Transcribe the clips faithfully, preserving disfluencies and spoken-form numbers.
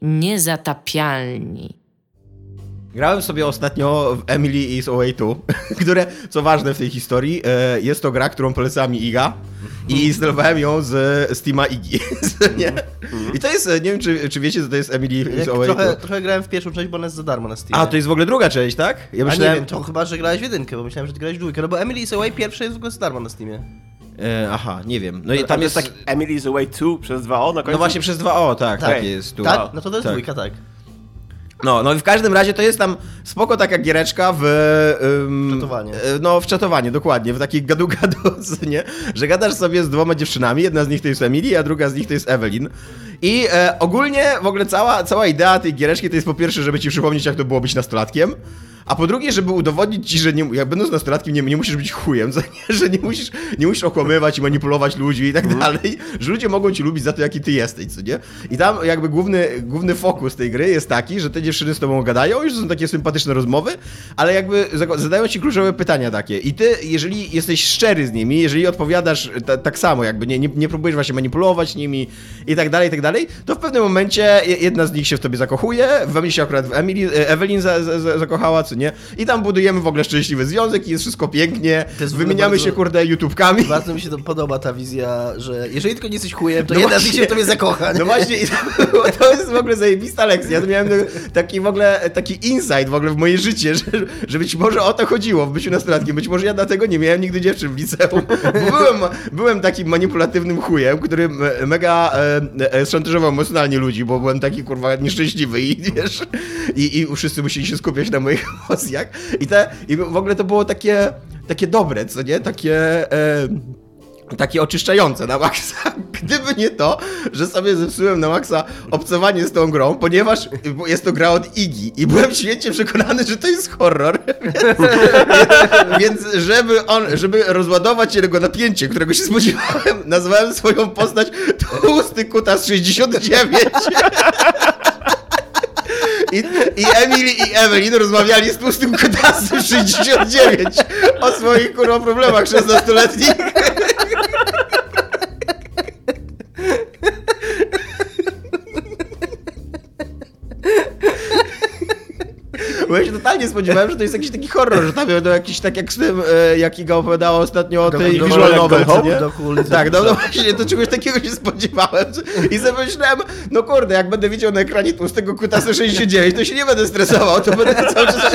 Niezatapialni. Grałem sobie ostatnio w Emily is Away two, które, co ważne w tej historii, jest to gra, którą polecała mi Iga i instalowałem ją z Steama Igi. Nie? I to jest, nie wiem czy, czy wiecie, co to jest Emily is Away two. Trochę, trochę grałem w pierwszą część, bo ona jest za darmo na Steamie. A, to jest w ogóle druga część, tak? Ja myślałem... A nie wiem, to chyba, że grałeś w jedynkę, bo myślałem, że ty grałeś w dwójkę. No bo Emily is Away pierwsza jest w ogóle za darmo na Steamie. E, aha, nie wiem. No i tam, tam jest jest tak Emily is Away two przez dwa o na końcu? No właśnie przez dwa o, tak, tak, tak jest tu. Tak? No to to jest tak. dwójka, tak. No, no i w każdym razie to jest tam spoko taka giereczka w... Um, czatowanie. No, w czatowanie, dokładnie, w takich gadu-gadu, nie? Że gadasz sobie z dwoma dziewczynami, jedna z nich to jest Emily, a druga z nich to jest Evelyn. I e, ogólnie w ogóle cała, cała idea tej giereczki to jest po pierwsze, żeby ci przypomnieć, jak to było być nastolatkiem, a po drugie, żeby udowodnić ci, że nie, jak będąc nastolatkiem nie, nie musisz być chujem, że nie musisz, nie musisz okłamywać i manipulować ludzi i tak mm. dalej, że ludzie mogą ci lubić za to, jaki ty jesteś, co nie? I tam jakby główny, główny fokus tej gry jest taki, że te dziewczyny z tobą gadają, już są takie sympatyczne rozmowy, ale jakby zadają ci kluczowe pytania takie i ty, jeżeli jesteś szczery z nimi, jeżeli odpowiadasz ta, tak samo, jakby nie, nie, nie próbujesz właśnie manipulować nimi i tak dalej, i tak dalej, to w pewnym momencie jedna z nich się w tobie zakochuje, we mnie się akurat w Emily, Evelyn za, za, zakochała, co nie? I tam budujemy w ogóle szczęśliwy związek i jest wszystko pięknie, wymieniamy bardzo, się, kurde, YouTubkami. Bardzo mi się to podoba ta wizja, że jeżeli tylko nie jesteś chujem, to no jedna z nich się w tobie zakocha. Nie? No właśnie, to, to jest w ogóle zajebista lekcja. Ja to miałem taki w ogóle, taki insight w ogóle w moje życie, że, że być może o to chodziło w byciu nastolatkiem. Być może ja dlatego nie miałem nigdy dziewczyn w liceum. Byłem, byłem takim manipulatywnym chujem, który mega e, e, szantażował emocjonalnie ludzi, bo byłem taki, kurwa, nieszczęśliwy i wiesz, i, i wszyscy musieli się skupiać na moich emocjach. I, te, I w ogóle to było takie, takie dobre, co nie? Takie... E, takie oczyszczające na maksa. Gdyby nie to, że sobie zepsułem na maksa obcowanie z tą grą, ponieważ jest to gra od Igi i byłem święcie przekonany, że to jest horror. Więc żeby on, żeby rozładować jego napięcie, którego się spodziewałem, nazwałem swoją postać Tłusty Kutas sześćdziesiąt dziewięć. I, I Emily i Evelyn rozmawiali z Tłustym Kutasem sześćdziesiąt dziewięć o swoich kurwa problemach szesnastoletnich. Bo ja się totalnie spodziewałem, że to jest jakiś taki horror, że tam będą jakiś tak jak z tym, e, jak Iga opowiadała ostatnio o tej visual novel, nie? Tak, no, no właśnie, to czegoś takiego się spodziewałem. I sobie myślałem, no kurde, jak będę widział na ekranie Tłustego Kutasa sześćdziesiąt dziewięć, to się nie będę stresował, to będę cały czas...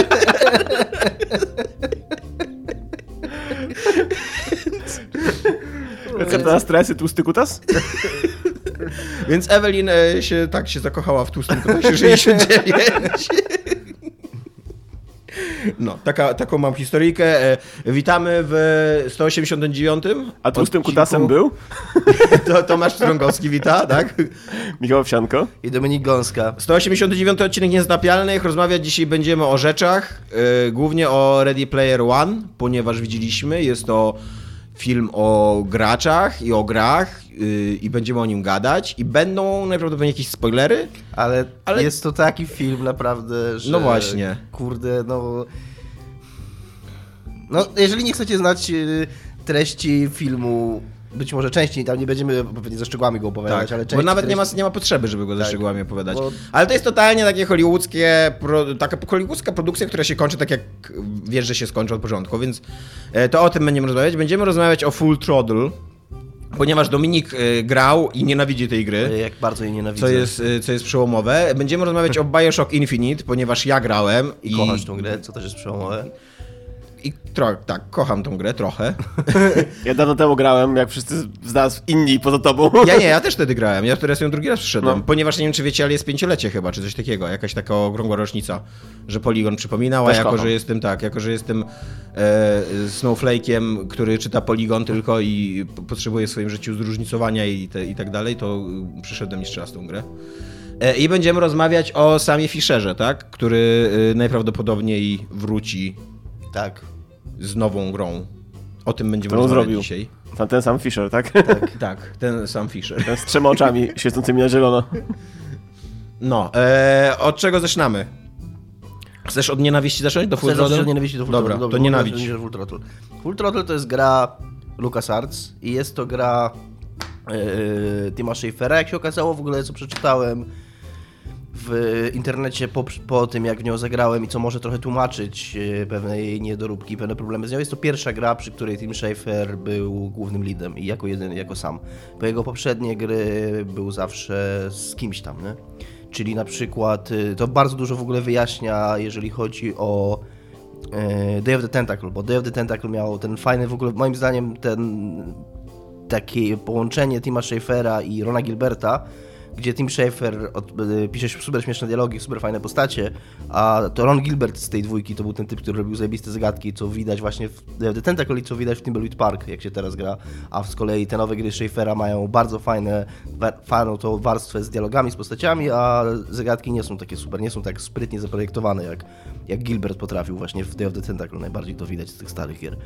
Recepta stresy, Tłusty Kutas? Więc Evelyn e, się tak się zakochała w Tłustym Kutasie sześćdziesiąt dziewięć. No, taka, taką mam historyjkę. Witamy w sto osiemdziesiątym dziewiątym. A Tłustym Kutasem był? To Tomasz Strągowski wita, tak? Michał Owsianko. I Dominik Gąska. sto osiemdziesiąty dziewiąty odcinek Niezatapialnych. Rozmawiać dzisiaj będziemy o rzeczach, yy, głównie o Ready Player One, ponieważ widzieliśmy, jest to film o graczach i o grach yy, i będziemy o nim gadać i będą najprawdopodobniej jakieś spoilery. Ale, ale jest to taki film naprawdę, że... No właśnie. Kurde, no... No, jeżeli nie chcecie znać treści filmu, być może częściej, tam nie będziemy pewnie ze szczegółami go opowiadać, tak, ale części... bo nawet treści... nie, ma, nie ma potrzeby, żeby go ze tak, szczegółami opowiadać. Bo... Ale to jest totalnie takie hollywoodzkie, pro, taka hollywoodzka produkcja, która się kończy tak jak wiesz, że się skończy od początku, więc to o tym będziemy rozmawiać. Będziemy rozmawiać o Full Throttle, ponieważ Dominik y, grał i nienawidzi tej gry. Jak bardzo jej nienawidzę. Co jest, y, co jest przełomowe. Będziemy rozmawiać o Bioshock Infinite, ponieważ ja grałem. I, I kochasz tą grę, co też jest przełomowe. I tro- tak, kocham tą grę trochę. Ja dawno temu grałem, jak wszyscy z nas inni poza tobą. Ja nie, ja też wtedy grałem. Ja teraz ją drugi raz przyszedłem. No. Ponieważ nie wiem, czy wiecie, ale jest pięciolecie chyba, czy coś takiego. Jakaś taka okrągła rocznica, że Polygon przypominał, a jako, kocham. że jestem tak, jako, że jestem e, snowflake'iem, który czyta Polygon tylko i p- potrzebuje w swoim życiu zróżnicowania i, te, i tak dalej, to przyszedłem jeszcze raz tą grę. E, I będziemy rozmawiać o Samie Fisherze, tak? Który e, najprawdopodobniej wróci tak. z nową grą. O tym będziemy To on rozmawiać zrobił. dzisiaj. Ten, ten sam Fisher, tak? Tak, tak, ten sam Fisher. Ten z trzema oczami świecącymi na zielono. No, e, od czego zaczynamy? Chcesz od nienawiści zacząć? Do Full Chcę zacząć Throttle? od nienawiści do Full Dobra, Throttle. to nienawidź. Full Throttle. Full Throttle to jest gra LucasArts i jest to gra yy, Tima Schafera, jak się okazało, w ogóle co przeczytałem. w internecie po, po tym, jak w nią zagrałem i co może trochę tłumaczyć pewne jej niedoróbki, pewne problemy z nią. Jest to pierwsza gra, przy której Tim Schafer był głównym leadem i jako jedyny, jako sam. Bo jego poprzednie gry był zawsze z kimś tam, nie? Czyli na przykład, to bardzo dużo w ogóle wyjaśnia, jeżeli chodzi o Day of the Tentacle, bo Day of the Tentacle miał ten fajny w ogóle, moim zdaniem, ten takie połączenie Tima Schafera i Rona Gilberta, gdzie Tim Schafer od, pisze super śmieszne dialogi, super fajne postacie, a to Ron Gilbert z tej dwójki to był ten typ, który robił zajebiste zagadki, co widać właśnie w Day of the Tentacle i co widać w Thimbleweed Park, jak się teraz gra, a z kolei te nowe gry Schafera mają bardzo fajne, fajną tą warstwę z dialogami, z postaciami, a zagadki nie są takie super, nie są tak sprytnie zaprojektowane, jak, jak Gilbert potrafił właśnie w Day of the Tentacle, najbardziej to widać z tych starych gier.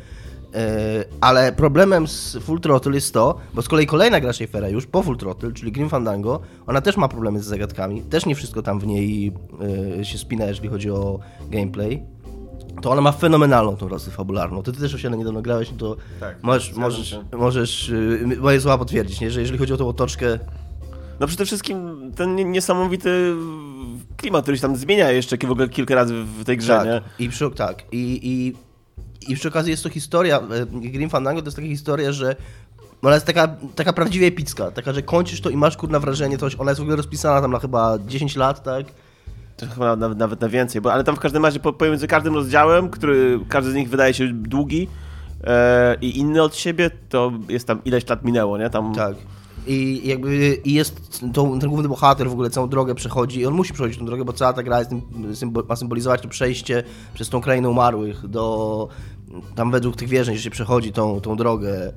Ale problemem z Full Throttle jest to, bo z kolei kolejna gra Schafera już po Full Throttle, czyli Grim Fandango, ona też ma problemy z zagadkami, też nie wszystko tam w niej się spina, jeżeli chodzi o gameplay. To ona ma fenomenalną tą warstwę fabularną. Ty, ty też się niedawno grałeś, to tak, możesz, możesz, możesz moje słowa potwierdzić, nie? Że jeżeli chodzi o tą otoczkę. No przede wszystkim ten niesamowity klimat, który się tam zmienia jeszcze w ogóle kilka razy w tej grze, tak, nie? I przy, tak, i, i, i przy okazji jest to historia, Grim Fandango to jest taka historia, że ona jest taka, taka prawdziwie epicka, taka, że kończysz to i masz kurna wrażenie, to ona jest w ogóle rozpisana tam na chyba dziesięć lat, tak? To chyba nawet, nawet na więcej, bo, ale tam w każdym razie pomiędzy każdym rozdziałem, który każdy z nich wydaje się długi e, i inny od siebie, to jest tam ileś lat minęło, nie? Tam... Tak. I jakby i jest to, ten główny bohater w ogóle całą drogę przechodzi i on musi przechodzić tą drogę, bo cała ta gra jest, symbol, ma symbolizować to przejście przez tą krainę umarłych do tam według tych wierzeń, że się przechodzi tą, tą drogę,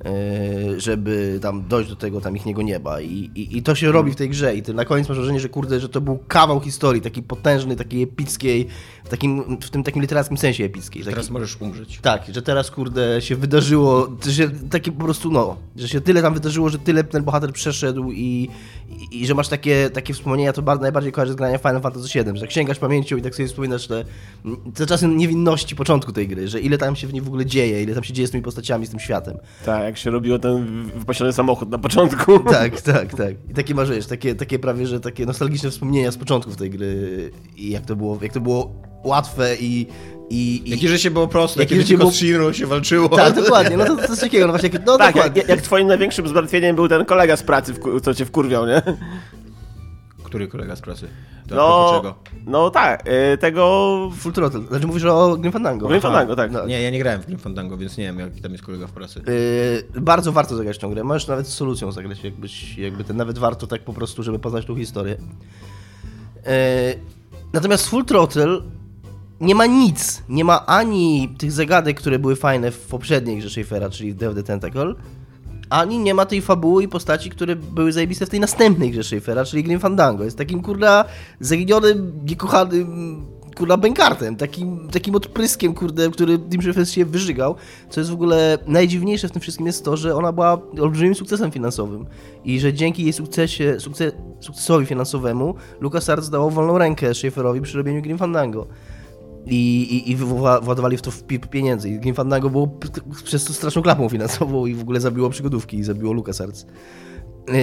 żeby tam dojść do tego tam ichniego nieba I, i, i to się robi w tej grze i ty na koniec masz wrażenie, że kurde, że to był kawał historii, taki potężny, takiej epickiej, w, takim, w tym takim literackim sensie epickiej. Taki, teraz możesz umrzeć. Tak, że teraz kurde się wydarzyło, że się takie po prostu no, że się tyle tam wydarzyło, że tyle ten bohater przeszedł i, i, i że masz takie, takie wspomnienia, to bardzo, najbardziej kojarzę z grania Final Fantasy siedem, że jak sięgasz pamięcią i tak sobie wspominasz te, te czasy niewinności początku tej gry, że ile tam się w niej w ogóle dzieje, ile tam się dzieje z tymi postaciami, z tym światem. Tak, jak się robiło ten wypasiony samochód na początku. Tak, tak, tak. I takie masz, wiesz, takie, takie prawie, że takie nostalgiczne wspomnienia z początków tej gry i jak to było, jak to było łatwe i... i, i Jakie życie było proste, jakie kiedy życie tylko było... z Shinrą się walczyło. Tak, dokładnie, no to, to coś takiego, no właśnie, no tak, dokładnie. jak, jak twoim największym zmartwieniem był ten kolega z pracy, co cię wkurwiał, nie? Który kolega z pracy? To no, czego? no tak, y, tego... Full Throttle, znaczy mówisz o Grim Fandango. Grim Fandango, tak. No. Nie, ja nie grałem w Grim Fandango, więc nie wiem, jaki tam jest kolega w pracy. Yy, bardzo warto zagrać tą grę, możesz nawet z solucją zagrać, jakbyś, jakby ten, nawet warto tak po prostu, żeby poznać tą historię. Yy, natomiast Full Throttle nie ma nic, nie ma ani tych zagadek, które były fajne w poprzedniej grze Schafera, czyli Day of the Tentacle, ani nie ma tej fabuły i postaci, które były zajebiste w tej następnej grze Schafera, czyli Grim Fandango. Jest takim, kurda, zaginionym, niekochanym, kurda, bękartem, takim, takim odpryskiem, kurde, który Tim Schafer się wyżygał. Co jest w ogóle najdziwniejsze w tym wszystkim jest to, że ona była olbrzymim sukcesem finansowym i że dzięki jej sukcesie, sukces, sukcesowi finansowemu LucasArts dało wolną rękę Schaferowi przy robieniu Grim Fandango. I, i, i władowali w to w pieniędzy. I Grim Fandango było p- p- przez to straszną klapą finansową i w ogóle zabiło przygodówki i zabiło LucasArts. Yy,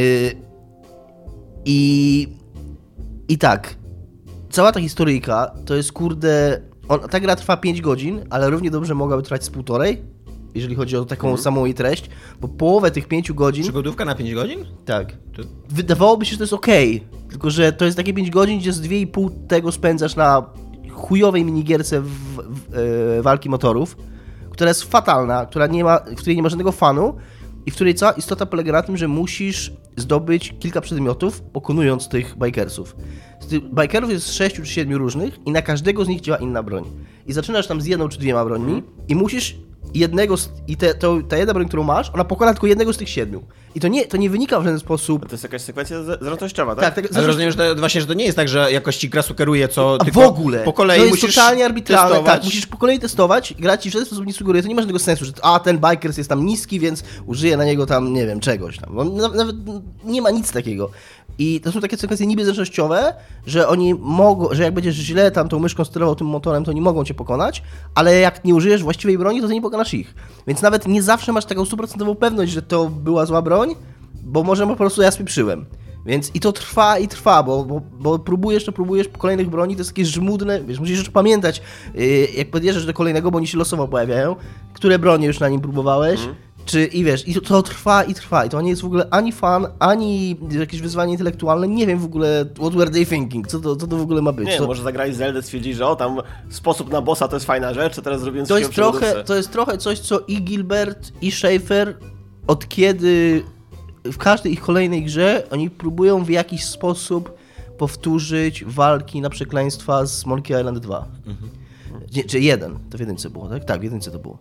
I i tak, cała ta historyjka to jest kurde... On, ta gra trwa pięć godzin, ale równie dobrze mogłaby trwać z półtorej, jeżeli chodzi o taką mhm. samą jej treść, bo połowę tych pięciu godzin... Przygodówka na pięć godzin? Tak. To... Wydawałoby się, że to jest okej, okay, tylko że to jest takie pięć godzin, gdzie z dwie i pół tego spędzasz na chujowej minigierce w, w, w, walki motorów, która jest fatalna, która nie ma, w której nie ma żadnego fanu i w której cała istota polega na tym, że musisz zdobyć kilka przedmiotów, pokonując tych bikersów. Z tych bikerów jest sześciu czy siedmiu różnych i na każdego z nich działa inna broń. I zaczynasz tam z jedną czy dwiema brońmi i musisz jednego z, i te, to, ta jedna broń, którą masz, ona pokona tylko jednego z tych siedmiu. I to nie, to nie wynika w żaden sposób... To jest jakaś sekwencja zręcznościowa, tak? Tak, tak. Ale Zresztą... rozumiem, że to, właśnie, że to nie jest tak, że jakoś ci gra sugeruje, co A tylko w ogóle. po kolei to jest musisz totalnie arbitralne, testować. tak, musisz po kolei testować, gra ci w żaden sposób nie sugeruje, to nie ma żadnego sensu, że a ten bikers jest tam niski, więc użyję na niego tam, nie wiem, czegoś tam. No, nawet nie ma nic takiego. I to są takie sekwencje niby zręcznościowe, że oni mogą, że jak będziesz źle tam tą myszką sterował tym motorem, to oni mogą cię pokonać, ale jak nie użyjesz właściwej broni, to ty nie pokonasz ich. Więc nawet nie zawsze masz taką stuprocentową pewność, że to była zła broń, bo może po prostu ja spieprzyłem. Więc i to trwa i trwa, bo, bo, bo próbujesz, to próbujesz kolejnych broni, to jest takie żmudne, wiesz, musisz już pamiętać, yy, jak podjeżdżasz do kolejnego, bo oni się losowo pojawiają, które bronie już na nim próbowałeś, mm. czy i wiesz, i to, to trwa i trwa i to nie jest w ogóle ani fun, ani jakieś wyzwanie intelektualne, nie wiem w ogóle what were they thinking, co to, co to w ogóle ma być. Nie, to... może zagrali Zeldę, stwierdzili, że o, tam sposób na bossa to jest fajna rzecz, a teraz zrobiłem to jest trochę, To jest trochę coś, co i Gilbert, i Schafer od kiedy w każdej ich kolejnej grze oni próbują w jakiś sposób powtórzyć walki na przekleństwa z Monkey Island dwa. Mhm. Nie, czy jeden, to w jedynce było, tak? Tak, w jedynce to było.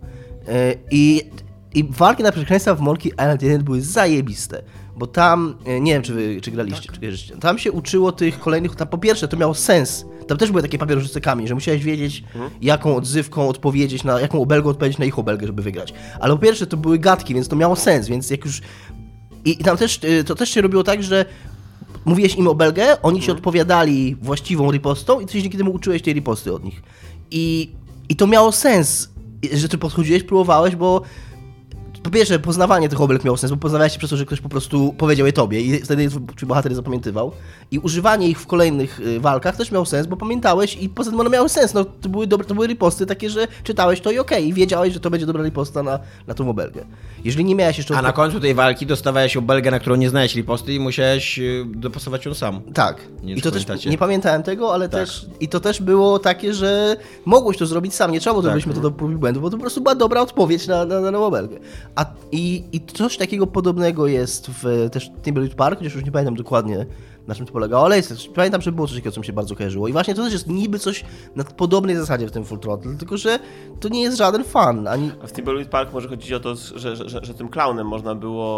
I, i walki na przekleństwa w Monkey Island jeden były zajebiste, bo tam, nie wiem czy wy czy graliście, tak. czy wierzycie, tam się uczyło tych kolejnych, tam po pierwsze to miało sens, tam też były takie papierożyce kamień, że musiałeś wiedzieć mhm. jaką odzywką odpowiedzieć, na jaką obelgę odpowiedzieć na ich obelgę, żeby wygrać. Ale po pierwsze to były gadki, więc to miało sens, więc jak już I, I tam też, to też się robiło tak, że mówiłeś im obelgę, oni ci hmm. odpowiadali właściwą ripostą i ty się dzięki temu uczyłeś tej riposty od nich. I, i to miało sens, że ty podchodziłeś, próbowałeś, bo po pierwsze poznawanie tych obelg miało sens, bo poznawałeś się przez to, że ktoś po prostu powiedział je tobie i wtedy twój bohater je zapamiętywał. I używanie ich w kolejnych walkach też miało sens, bo pamiętałeś i poza tym one miały sens. No, to były dobre, to były riposty takie, że czytałeś to i okej, okay, i wiedziałeś, że to będzie dobra riposta na, na tą obelgę. Jeżeli nie miałeś jeszcze... A na końcu tej walki dostawałeś obelgę, na którą nie znałeś riposty i musiałeś dopasować ją sam. Tak. Nie I to też nie pamiętałem tego, ale tak. też i to też było takie, że mogłeś to zrobić sam, nie trzeba było zrobić tak. metodą prób i błędów, bo to po prostu była dobra odpowiedź na, na, na, na obelgę. A i, I coś takiego podobnego jest w też Timberlake Park, chociaż już nie pamiętam dokładnie na czym to polegało, ale jest, pamiętam, że było coś takiego, co mi się bardzo kojarzyło. I właśnie to też jest niby coś na podobnej zasadzie w tym Full Throttle, tylko że to nie jest żaden fun. Ani... A w Timberlake Park może chodzić o to, że, że, że, że tym klaunem można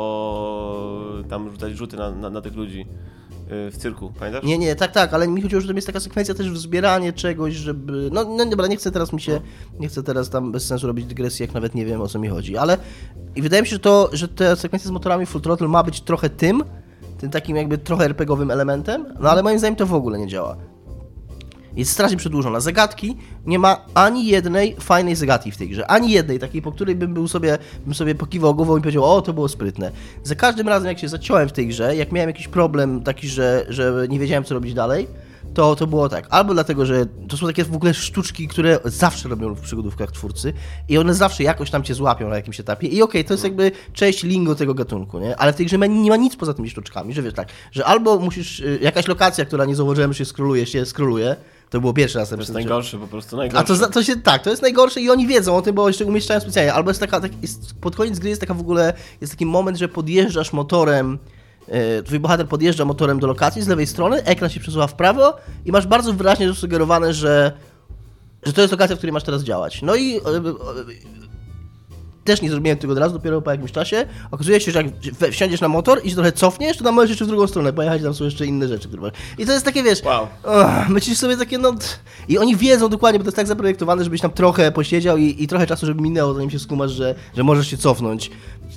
było tam rzucać rzuty na, na, na tych ludzi w cyrku, pamiętasz? Nie, nie, tak, tak, ale mi chodziło, że to jest taka sekwencja też w zbieranie czegoś, żeby... No, no dobra, nie chcę teraz mi się... Nie chcę teraz tam bez sensu robić dygresji, jak nawet nie wiem, o co mi chodzi, ale... I wydaje mi się, że to, że te sekwencje z motorami Full Throttle ma być trochę tym, tym takim jakby trochę er pe gie owym elementem, no ale moim zdaniem to w ogóle nie działa. Jest strasznie przedłużona. Zagadki, nie ma ani jednej fajnej zagadki w tej grze. Ani jednej takiej, po której bym był sobie, bym sobie pokiwał głową i powiedział, o, to było sprytne. Za każdym razem, jak się zaciąłem w tej grze, jak miałem jakiś problem taki, że, że nie wiedziałem, co robić dalej, to, to było tak. Albo dlatego, że to są takie w ogóle sztuczki, które zawsze robią w przygodówkach twórcy i one zawsze jakoś tam cię złapią na jakimś etapie i okej, okay, to jest jakby część lingo tego gatunku, nie? Ale w tej grze nie ma nic poza tymi sztuczkami, że wiesz tak, że albo musisz, jakaś lokacja, która nie zauważyłem, że się skroluje, się skroluje. To było pierwszy raz. To jest najgorsze, po prostu najgorsze. A to, to się, tak, to jest najgorsze i oni wiedzą o tym, bo jeszcze umieszczają specjalnie. Albo jest taka, tak, jest, pod koniec gry jest taka w ogóle, jest taki moment, że podjeżdżasz motorem, yy, twój bohater podjeżdża motorem do lokacji z lewej strony, ekran się przesuwa w prawo i masz bardzo wyraźnie zasugerowane, że, że to jest lokacja, w której masz teraz działać. No i... Yy, yy, też nie zrobiłem tego od razu, dopiero po jakimś czasie. Okazuje się, że jak wsiądziesz na motor i się trochę cofniesz, to tam możesz jeszcze w drugą stronę pojechać, tam są jeszcze inne rzeczy. Które... I to jest takie, wiesz, wow. oh, myślisz sobie takie, no... I oni wiedzą dokładnie, bo to jest tak zaprojektowane, żebyś tam trochę posiedział i, i trochę czasu, żeby minęło, zanim się skumasz, że, że możesz się cofnąć.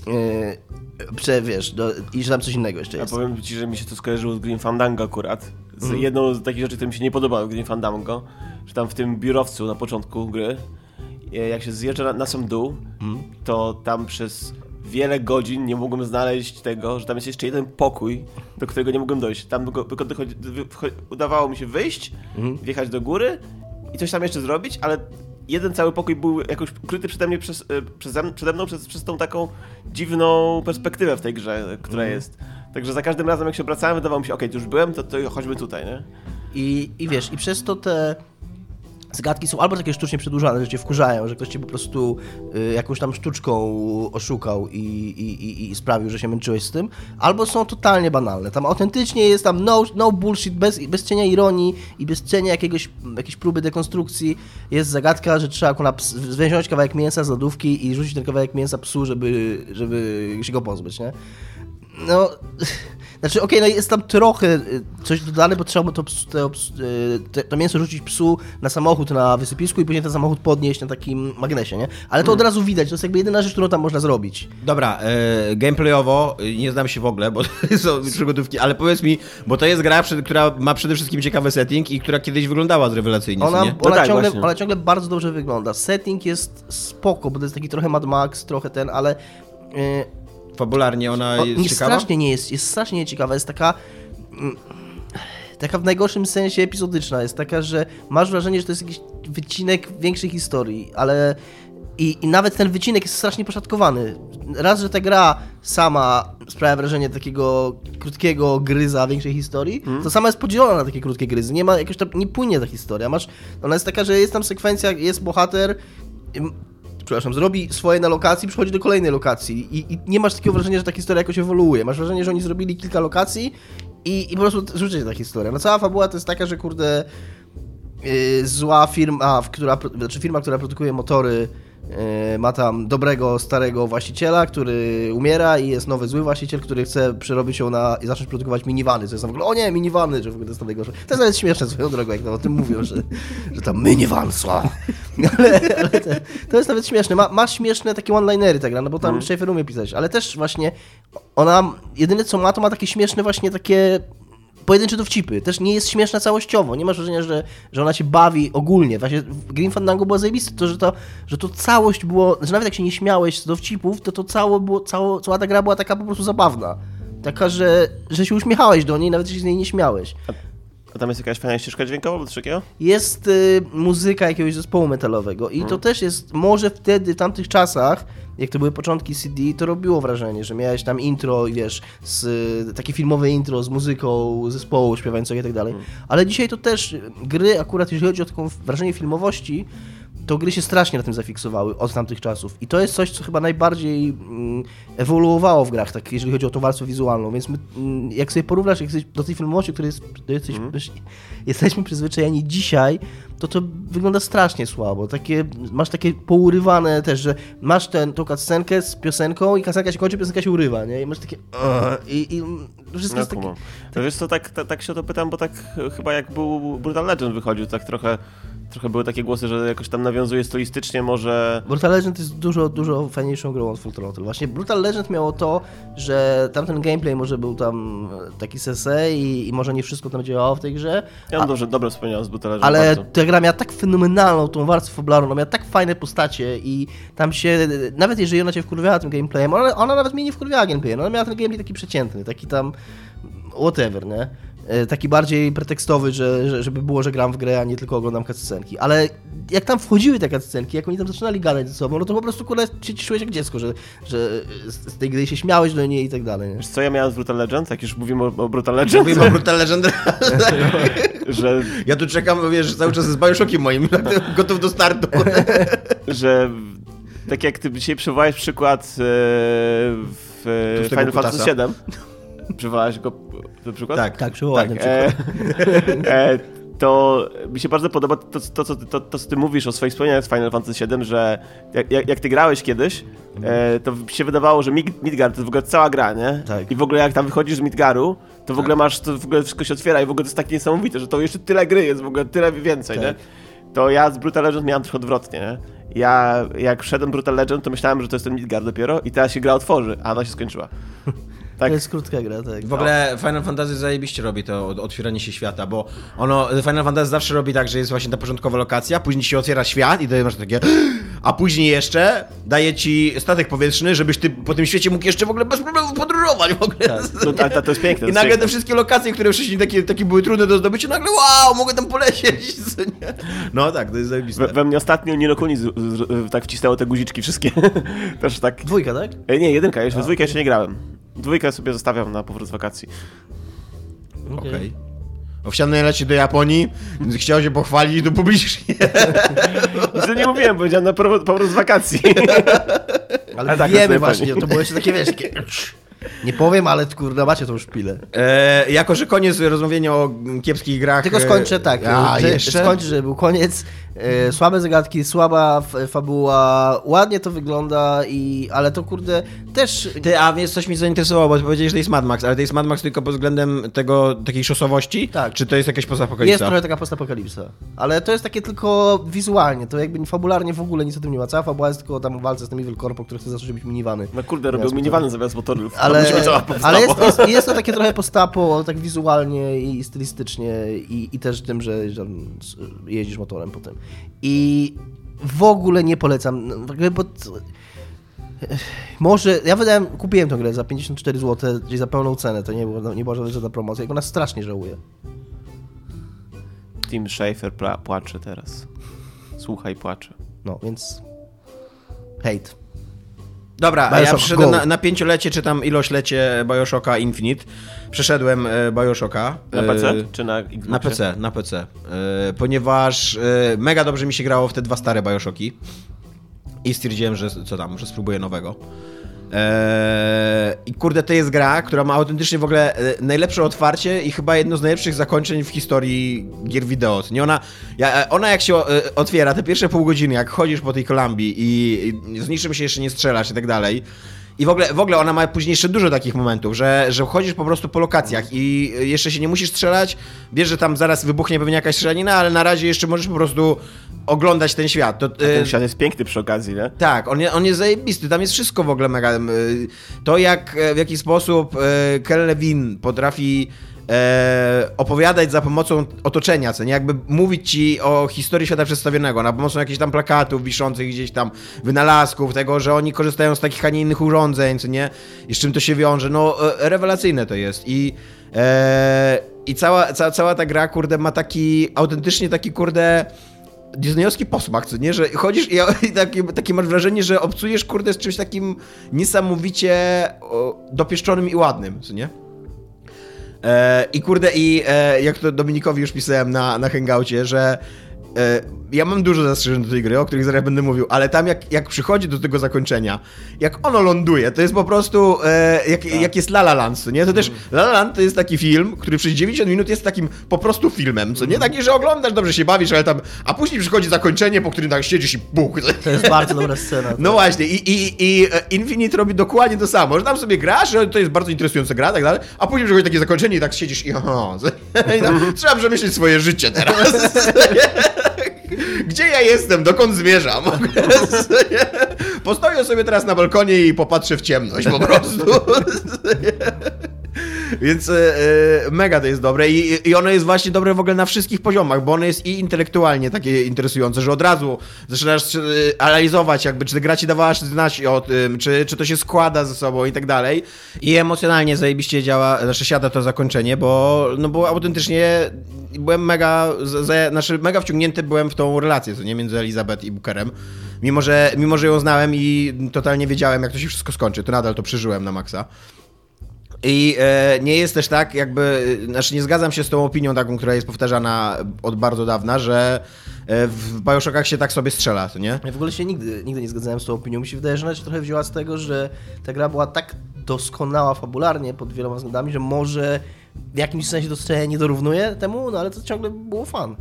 Yy, prze, wiesz, do, i że tam coś innego jeszcze jest. Ja powiem ci, że mi się to skojarzyło z Grim Fandango akurat. Z mm. jedną z takich rzeczy, które mi się nie podobały w Grim Fandango, że tam w tym biurowcu na początku gry, jak się zjeżdża na, na sam dół, hmm. to tam przez wiele godzin nie mogłem znaleźć tego, że tam jest jeszcze jeden pokój, do którego nie mogłem dojść. Tam tylko dochodzi, udawało mi się wyjść, hmm. wjechać do góry i coś tam jeszcze zrobić, ale jeden cały pokój był jakoś ukryty przede mnie przez, przeze, przede mną przez, przez tą taką dziwną perspektywę w tej grze, która hmm. jest. Także za każdym razem jak się obracałem, wydawało mi się, okej, okay, już byłem, to, to chodźmy tutaj, nie? I, I wiesz, i przez to te... Zagadki są albo takie sztucznie przedłużane, że cię wkurzają, że ktoś cię po prostu y, jakąś tam sztuczką oszukał i, i, i, i sprawił, że się męczyłeś z tym, albo są totalnie banalne. Tam autentycznie jest tam no, no bullshit, bez, bez cienia ironii i bez cienia jakiegoś, jakiejś próby dekonstrukcji. Jest zagadka, że trzeba wziąć kawałek mięsa z lodówki i rzucić ten kawałek mięsa psu, żeby, żeby się go pozbyć, nie? No... Znaczy, okej, okay, no jest tam trochę coś dodane, bo trzeba to, to, to mięso rzucić psu na samochód na wysypisku i później ten samochód podnieść na takim magnesie, nie? Ale to od razu widać, to jest jakby jedyna rzecz, którą tam można zrobić. Dobra, e, gameplayowo nie znam się w ogóle, bo to są przygodówki, ale powiedz mi, bo to jest gra, która ma przede wszystkim ciekawy setting i która kiedyś wyglądała rewelacyjnie, ona, nie? Ona, no tak, ciągle, ona ciągle bardzo dobrze wygląda. Setting jest spoko, bo to jest taki trochę Mad Max, trochę ten, ale... Yy, Fabularnie ona jest o, nie, ciekawa? Strasznie nie jest, jest strasznie nieciekawa, jest taka... taka w najgorszym sensie epizodyczna. Jest taka, że masz wrażenie, że to jest jakiś wycinek większej historii, ale i, i nawet ten wycinek jest strasznie poszatkowany. Raz, że ta gra sama sprawia wrażenie takiego krótkiego gryza większej historii, hmm. to sama jest podzielona na takie krótkie gryzy. Nie ma jakoś tam, nie płynie ta historia. Masz, ona jest taka, że jest tam sekwencja, jest bohater, przepraszam, zrobi swoje na lokacji, przychodzi do kolejnej lokacji i, i nie masz takiego wrażenia, że ta historia jakoś ewoluuje. Masz wrażenie, że oni zrobili kilka lokacji i, i po prostu rzuca się ta historia. No cała fabuła to jest taka, że kurde yy, zła firma, która, znaczy firma, która produkuje motory, yy, ma tam dobrego, starego właściciela, który umiera i jest nowy, zły właściciel, który chce przerobić ją na i zacząć produkować minivany, co jest w ogóle, o nie, minivany, że w ogóle to jest tam najgorsze. To jest nawet śmieszne swoją drogą, jak tam o tym mówią, że, że tam minivan, sła. Ale, ale te, to jest nawet śmieszne. Ma, ma śmieszne takie one-linery ta gra, no bo tam mm. Schafer umie pisać, ale też właśnie ona, jedyne co ma, to ma takie śmieszne właśnie takie pojedyncze dowcipy. Też nie jest śmieszna całościowo. Nie masz wrażenia, że, że ona się bawi ogólnie. Właśnie w Grim Fandango było zajebiste to, że to, że to całość było, że nawet jak się nie śmiałeś z dowcipów, to to cało było, cało, cała ta gra była taka po prostu zabawna. Taka, że, że się uśmiechałeś do niej, nawet jeśli się z niej nie śmiałeś. A tam jest jakaś fajna ścieżka dźwiękowa lub coś takiego? Jest y, muzyka jakiegoś zespołu metalowego i hmm. to też jest, może wtedy, w tamtych czasach, jak to były początki C D, to robiło wrażenie, że miałeś tam intro i wiesz, z, takie filmowe intro z muzyką zespołu śpiewającego i tak dalej. Hmm. Ale dzisiaj to też gry, akurat jeżeli chodzi o taką wrażenie filmowości, to gry się strasznie na tym zafiksowały od tamtych czasów. I to jest coś, co chyba najbardziej mm, ewoluowało w grach, tak, jeżeli chodzi o tą warstwę wizualną. Więc my, mm, jak sobie porównasz jak do tej filmowości, której jest, jesteś, mm. jesteśmy przyzwyczajeni dzisiaj, to to wygląda strasznie słabo. Takie, masz takie pourywane też, że masz ten, tą cutscenkę z piosenką i cutscenka się kończy, piosenka się urywa, nie? I masz takie... Uh, i, i wszystko no, jest takie... To wiesz co, tak, tak, tak się o to pytam, bo tak chyba jak był Brutal Legend wychodził, tak trochę... Trochę były takie głosy, że jakoś tam nawiązuje stylistycznie może... Brutal Legend jest dużo, dużo fajniejszą grą od Full Throttle. Właśnie Brutal Legend miało to, że tamten gameplay może był tam taki sese i, i może nie wszystko tam działało w tej grze. Ja mam a, dobrze, dobre wspomnienia z Brutal Legend. Ale bardzo. ta gra miała tak fenomenalną tą warstwę fabularną, miała tak fajne postacie i tam się, nawet jeżeli ona cię wkurwiała tym gameplayem, ona, ona nawet mnie nie wkurwiała gameplayem, ona miała ten gameplay taki przeciętny, taki tam whatever, nie? Taki bardziej pretekstowy, że, że, żeby było, że gram w grę, a nie tylko oglądam cutscenki. Ale jak tam wchodziły te cutscenki, jak oni tam zaczynali gadać ze sobą, no to po prostu kurde się cieszyłeś jak dziecko, że, że z tej gry się śmiałeś do niej i tak dalej. Nie? Wiesz co ja miałem z Brutal Legend? Jak już mówimy o, o Brutal Legend? Mówimy o Brutal Legend. że... Ja tu czekam, wiesz, cały czas z Bioshockiem moim, gotów do startu. że tak jak ty dzisiaj przywołałeś przykład e, w Final Fantasy siedem. Przywołałeś go na przykład? Tak, tak, przywołałem tak, e, e, to mi się bardzo podoba to, to, to, to, to co ty mówisz o swoich wspomnieniach z Final Fantasy siedem, że jak, jak ty grałeś kiedyś, e, to mi się wydawało, że Midgar to jest w ogóle cała gra, nie? Tak. I w ogóle jak tam wychodzisz z Midgaru, to w ogóle tak. masz, to w ogóle wszystko się otwiera i w ogóle to jest takie niesamowite, że to jeszcze tyle gry jest, w ogóle tyle więcej, tak. nie? To ja z Brutal Legend miałem trochę odwrotnie, nie? Ja jak wszedłem Brutal Legend, to myślałem, że to jest ten Midgar dopiero i teraz się gra otworzy, a ona się skończyła. Tak. To jest krótka gra, tak. W ogóle Final Fantasy zajebiście robi to otwieranie się świata, bo ono, Final Fantasy zawsze robi tak, że jest właśnie ta początkowa lokacja, później się otwiera świat i daje masz takie, a później jeszcze daje ci statek powietrzny, żebyś ty po tym świecie mógł jeszcze w ogóle bez problemu podróżować w ogóle. Tak. No, to, to jest piękne. I nagle te wszystkie lokacje, które wcześniej takie, takie były trudne do zdobycia, nagle wow, mogę tam polecieć. Nie? No tak, to jest zajebiste. We, we mnie ostatnio Ni no Kuni z, z, tak wcisnęło te guziczki wszystkie. Też tak. Dwójka, tak? E, nie, jedynka, jeszcze, w dwójkę jeszcze nie grałem. Dwójkę sobie zostawiam na powrót z wakacji. Okej. Okay. Owsiany leci do Japonii, więc chciał się pochwalić do publicznie. Nic nie mówiłem, powiedziałem na powrót z wakacji. Ale, ale tak, wiemy właśnie, to było jeszcze takie, wiesz, takie... Nie powiem, ale kurde, macie tą szpilę. E, jako, że koniec rozmawiania o kiepskich grach... Tylko skończę tak, a, że, jeszcze? skończę, że był koniec, e, słabe zagadki, słaba f- fabuła, ładnie to wygląda, i ale to kurde też... Ty, a więc coś mi zainteresowało, bo powiedziałeś, że to jest Mad Max, ale to jest Mad Max tylko pod względem tego, takiej szosowości? Tak. Czy to jest jakaś postapokalipsa? Jest trochę taka postapokalipsa, ale to jest takie tylko wizualnie, to jakby fabularnie w ogóle nic o tym nie ma. Cała fabuła jest tylko tam w walce z tym Evil Corpo, który chce zacząć robić minivany. No kurde, robią minivany zamiast motorów. Ale, ale jest, jest, jest to takie trochę postapo, tak wizualnie i stylistycznie i, i też tym, że, że jeździsz motorem potem. I w ogóle nie polecam, bo Może, ja wydałem, kupiłem tę grę za pięćdziesiąt cztery złote, czyli za pełną cenę, to nie, było, nie była żadna, żadna promocja, jak ona strasznie żałuje. Tim Schafer pla- płacze teraz. Słuchaj, płacze. No, więc... hejt. Dobra, a Bioshock ja przyszedłem Go. na, na pięciolecie, czy tam iloślecie Bioshocka Infinite. Przeszedłem e, Bioshocka. Na P C? E, Czy na Xboxie? Na P C, na P C. E, ponieważ e, mega dobrze mi się grało w te dwa stare Bioshocki. I stwierdziłem, że co tam, że spróbuję nowego. Eee, I kurde, to jest gra, która ma autentycznie w ogóle e, najlepsze otwarcie i chyba jedno z najlepszych zakończeń w historii gier wideo. Nie ona, ja, ona jak się e, otwiera, te pierwsze pół godziny, jak chodzisz po tej Kolumbii i, i z niczym się jeszcze nie strzelasz i tak dalej. I w ogóle, w ogóle ona ma później jeszcze dużo takich momentów, że, że chodzisz po prostu po lokacjach i jeszcze się nie musisz strzelać, wiesz, że tam zaraz wybuchnie pewnie jakaś strzelanina, ale na razie jeszcze możesz po prostu oglądać ten świat. To, Ten świat jest piękny przy okazji, nie? tak, on, je, on jest zajebisty, tam jest wszystko w ogóle mega. To jak, w jaki sposób Kel Levin potrafi e, opowiadać za pomocą otoczenia, co nie, jakby mówić ci o historii świata przedstawionego, na pomocą jakichś tam plakatów wiszących gdzieś tam, wynalazków, tego, że oni korzystają z takich, a nie innych urządzeń, co nie, i z czym to się wiąże, no e, rewelacyjne to jest i e, i cała, ca, cała ta gra, kurde, ma taki, autentycznie taki, kurde, disneyowski posmak, co nie, że chodzisz i, i takie, takie masz wrażenie, że obcujesz, kurde, z czymś takim niesamowicie o, dopieszczonym i ładnym, co nie? E, I kurde, i e, jak to Dominikowi już pisałem na, na Hangoucie, że e, ja mam dużo zastrzeżeń do tej gry, o których zaraz będę mówił, ale tam jak, jak przychodzi do tego zakończenia, jak ono ląduje, to jest po prostu e, jak, tak. jak jest La La Land, co nie? To też La La Land to jest taki film, który przez dziewięćdziesiąt minut jest takim po prostu filmem, co nie? Taki, że oglądasz, dobrze się bawisz, ale tam, a później przychodzi zakończenie, po którym tak siedzisz i buch. To jest bardzo dobra scena. No tak. Właśnie, i, i, i Infinite robi dokładnie to samo, że tam sobie grasz, że to jest bardzo interesująca gra, tak dalej, a później przychodzi takie zakończenie i tak siedzisz i aha, i tam, trzeba przemyśleć swoje życie teraz. Gdzie ja jestem? Dokąd zmierzam? Postoję sobie teraz na balkonie i popatrzę w ciemność po prostu. Więc e, mega to jest dobre I, i ono jest właśnie dobre w ogóle na wszystkich poziomach, bo ono jest i intelektualnie takie interesujące, że od razu zaczynasz analizować jakby, czy ta gra ci dawała znać o tym, czy, czy to się składa ze sobą i tak dalej. I emocjonalnie zajebiście działa, znaczy siada to zakończenie, bo, no bo autentycznie byłem mega, za, znaczy mega wciągnięty byłem w tą relację, co nie, między Elizabeth i Bookerem. Mimo że, mimo, że ją znałem i totalnie wiedziałem, jak to się wszystko skończy, to nadal to przeżyłem na maksa. I e, nie jest też tak, jakby, znaczy nie zgadzam się z tą opinią taką, która jest powtarzana od bardzo dawna, że e, w Bioshockach się tak sobie strzela, to nie? Ja w ogóle się nigdy, nigdy nie zgadzałem z tą opinią. Mi się wydaje, że ona się trochę wzięła z tego, że ta gra była tak doskonała fabularnie pod wieloma względami, że może w jakimś sensie to strzelanie nie dorównuje temu, no ale to ciągle było fan.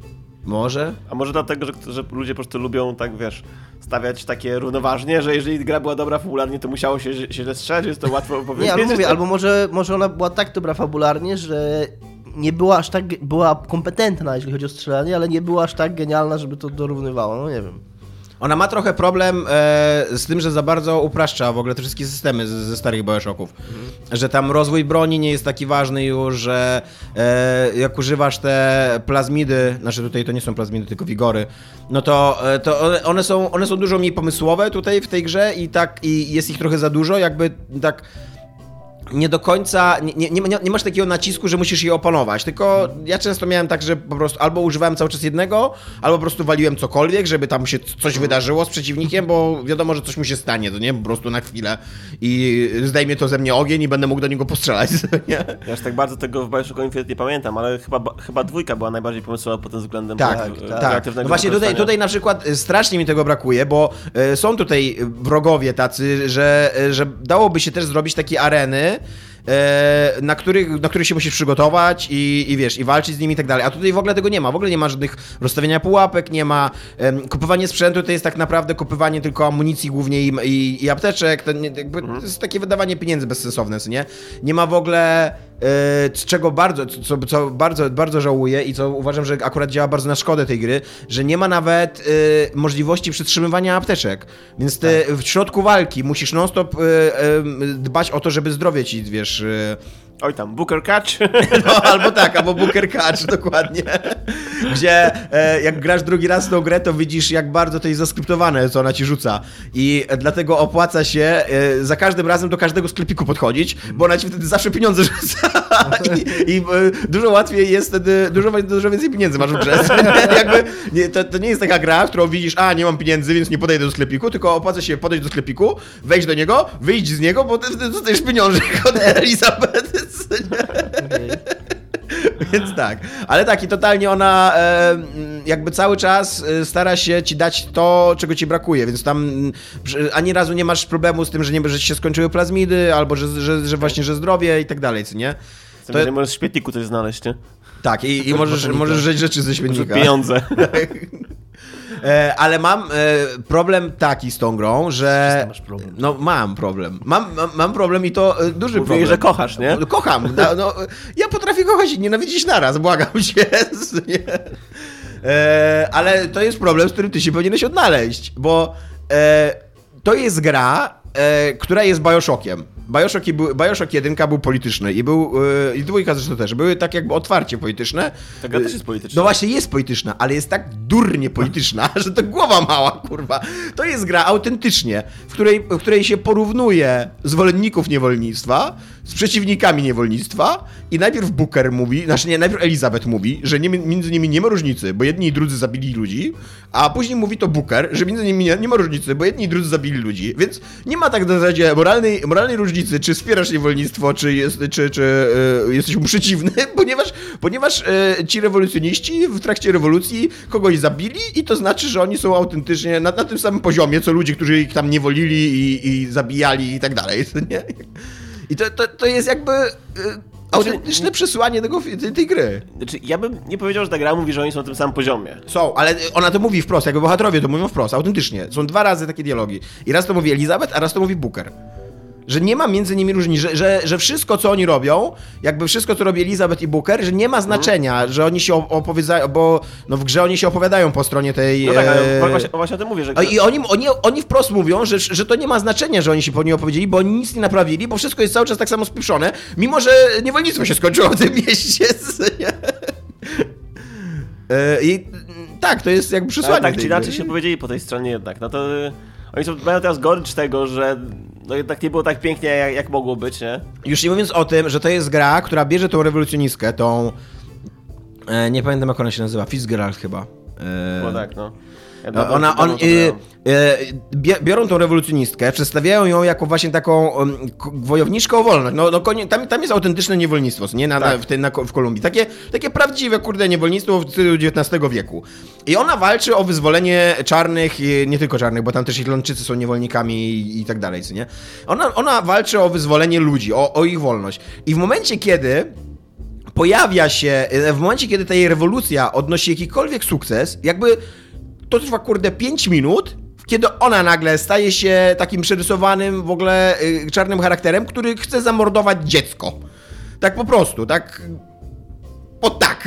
Może? A może dlatego, że, że ludzie po prostu lubią, tak wiesz, stawiać takie równoważnie, że jeżeli gra była dobra fabularnie, to musiało się źle strzelać, jest to łatwo powiedzieć. Nie, ale mówię, albo może, może ona była tak dobra fabularnie, że nie była aż tak, była kompetentna, jeśli chodzi o strzelanie, ale nie była aż tak genialna, żeby to dorównywało, no nie wiem. Ona ma trochę problem e, z tym, że za bardzo upraszcza w ogóle te wszystkie systemy z, ze starych Bioshocków. Mhm. Że tam rozwój broni nie jest taki ważny już, że e, jak używasz te plazmidy, znaczy tutaj to nie są plazmidy, tylko wigory, no to, e, to one, są, one są dużo mniej pomysłowe tutaj w tej grze i tak i jest ich trochę za dużo, jakby tak nie do końca, nie, nie, nie, nie masz takiego nacisku, że musisz je opanować, tylko ja często miałem tak, że po prostu albo używałem cały czas jednego, albo po prostu waliłem cokolwiek, żeby tam się coś wydarzyło z przeciwnikiem, bo wiadomo, że coś mu się stanie, to nie, po prostu na chwilę i zdejmie to ze mnie ogień i będę mógł do niego postrzelać, nie? Ja już tak bardzo tego w Bioshocku Infinite nie pamiętam, ale chyba, chyba dwójka była najbardziej pomysłowa pod tym względem. Tak, tak, tak. No właśnie tutaj, tutaj na przykład strasznie mi tego brakuje, bo y, są tutaj wrogowie tacy, że, y, że dałoby się też zrobić takie areny, na których, na których się musisz przygotować i, i wiesz, i walczyć z nimi i tak dalej. A tutaj w ogóle tego nie ma. W ogóle nie ma żadnych rozstawiania pułapek, nie ma um, kupowanie sprzętu, to jest tak naprawdę kupywanie tylko amunicji głównie i, i, i apteczek. To, nie, jakby, to jest takie wydawanie pieniędzy bezsensowne, co nie? Nie ma w ogóle e, z czego bardzo, co, co bardzo, bardzo żałuję i co uważam, że akurat działa bardzo na szkodę tej gry, że nie ma nawet e, możliwości przytrzymywania apteczek. Więc ty tak. w środku walki musisz non-stop e, e, dbać o to, żeby zdrowie ci, wiesz, wiesz... Y, Oj tam, Booker Catch. No, albo tak, albo Booker Catch, dokładnie. Gdzie e, jak grasz drugi raz w tą grę, to widzisz, jak bardzo to jest zaskryptowane, co ona ci rzuca. I dlatego opłaca się e, za każdym razem do każdego sklepiku podchodzić, bo ona ci wtedy zawsze pieniądze rzuca. I, i e, dużo łatwiej jest wtedy, dużo, dużo więcej pieniędzy masz w grze. Jakby, nie, to, to nie jest taka gra, którą widzisz, a nie mam pieniędzy, więc nie podejdę do sklepiku, tylko opłaca się podejść do sklepiku, wejść do niego, wyjść z niego, bo wtedy dostajesz pieniążek od Elizabeth. Okay. Więc tak, ale tak i totalnie ona e, jakby cały czas stara się ci dać to, czego ci brakuje, więc tam ani razu nie masz problemu z tym, że nie że ci się skończyły plazmidy, albo że, że, że właśnie, że zdrowie i tak dalej, co nie? To nie możesz w śmietniku coś znaleźć, nie? Tak, i, i możesz, możesz żyć rzeczy ze śmietnika. Pieniądze. E, ale mam e, problem taki z tą grą, że... Masz problem. No mam problem. Mam, mam, mam problem i to e, duży Mówię, problem. że kochasz, nie? No, kocham. No, no, ja potrafię kochać i nienawidzić naraz, błagam cię. Nie? E, ale to jest problem, z którym ty się powinieneś odnaleźć, bo e, to jest gra, e, która jest Bioshockiem. Bioshock, był, Bioshock jeden był polityczny i był, yy, i dwójka zresztą też, były tak jakby otwarcie polityczne. Ta gra też jest polityczna. No właśnie jest polityczna, ale jest tak durnie polityczna, że to głowa mała, kurwa. To jest gra autentycznie, w której, w której się porównuje zwolenników niewolnictwa z przeciwnikami niewolnictwa i najpierw Booker mówi, znaczy nie, najpierw Elizabeth mówi, że nie, między nimi nie ma różnicy, bo jedni i drudzy zabili ludzi, a później mówi to Booker, że między nimi nie, nie ma różnicy, bo jedni i drudzy zabili ludzi, więc nie ma tak na zasadzie moralnej, moralnej różnicy, czy wspierasz niewolnictwo, czy, jest, czy, czy yy, jesteś mu przeciwny, ponieważ, ponieważ yy, ci rewolucjoniści w trakcie rewolucji kogoś zabili i to znaczy, że oni są autentycznie na, na tym samym poziomie, co ludzie, którzy ich tam niewolili i, i zabijali i tak dalej, nie? I to, to, to jest jakby yy, autentyczne przesłanie tego, tej, tej gry. Znaczy, ja bym nie powiedział, że ta gra mówi, że oni są na tym samym poziomie. Są, ale ona to mówi wprost, jakby bohaterowie to mówią wprost, autentycznie. Są dwa razy takie dialogi. I raz to mówi Elizabeth, a raz to mówi Booker. Że nie ma między nimi różnic, że, że, że wszystko, co oni robią, jakby wszystko, co robi Elizabeth i Booker, że nie ma znaczenia, mm. że oni się opowiadają, bo no w grze oni się opowiadają po stronie tej... No tak, ale e... właśnie, właśnie o tym mówię, że... I oni, oni, oni wprost mówią, że, że to nie ma znaczenia, że oni się po niej opowiedzieli, bo oni nic nie naprawili, bo wszystko jest cały czas tak samo spieprzone, mimo że niewolnictwo się skończyło w tym mieście. I tak, to jest jakby przesłanie. Ale tak czy inaczej gry. się powiedzieli po tej stronie jednak, no to... Oni są, mają teraz gorycz tego, że no jednak nie było tak pięknie, jak, jak mogło być, nie? Już nie mówiąc o tym, że to jest gra, która bierze tą rewolucjonistkę, tą... E, nie pamiętam, jak ona się nazywa, Fitzgerald chyba. E, Bo tak, no. Ja ona, on, y, y, biorą tą rewolucjonistkę, przedstawiają ją jako właśnie taką um, wojowniczkę o wolność. No, no, tam, tam jest autentyczne niewolnictwo, nie? Na, tak. na, w, tej, na, w Kolumbii. Takie, takie prawdziwe, kurde, niewolnictwo w dziewiętnastego wieku. I ona walczy o wyzwolenie czarnych, nie tylko czarnych, bo tam też Irlandczycy są niewolnikami i, i tak dalej, nie? Ona, ona walczy o wyzwolenie ludzi, o, o ich wolność. I w momencie, kiedy pojawia się, w momencie, kiedy ta jej rewolucja odnosi jakikolwiek sukces, jakby to trwa, kurde, pięć minut, kiedy ona nagle staje się takim przerysowanym w ogóle y, czarnym charakterem, który chce zamordować dziecko. Tak po prostu, tak... O tak.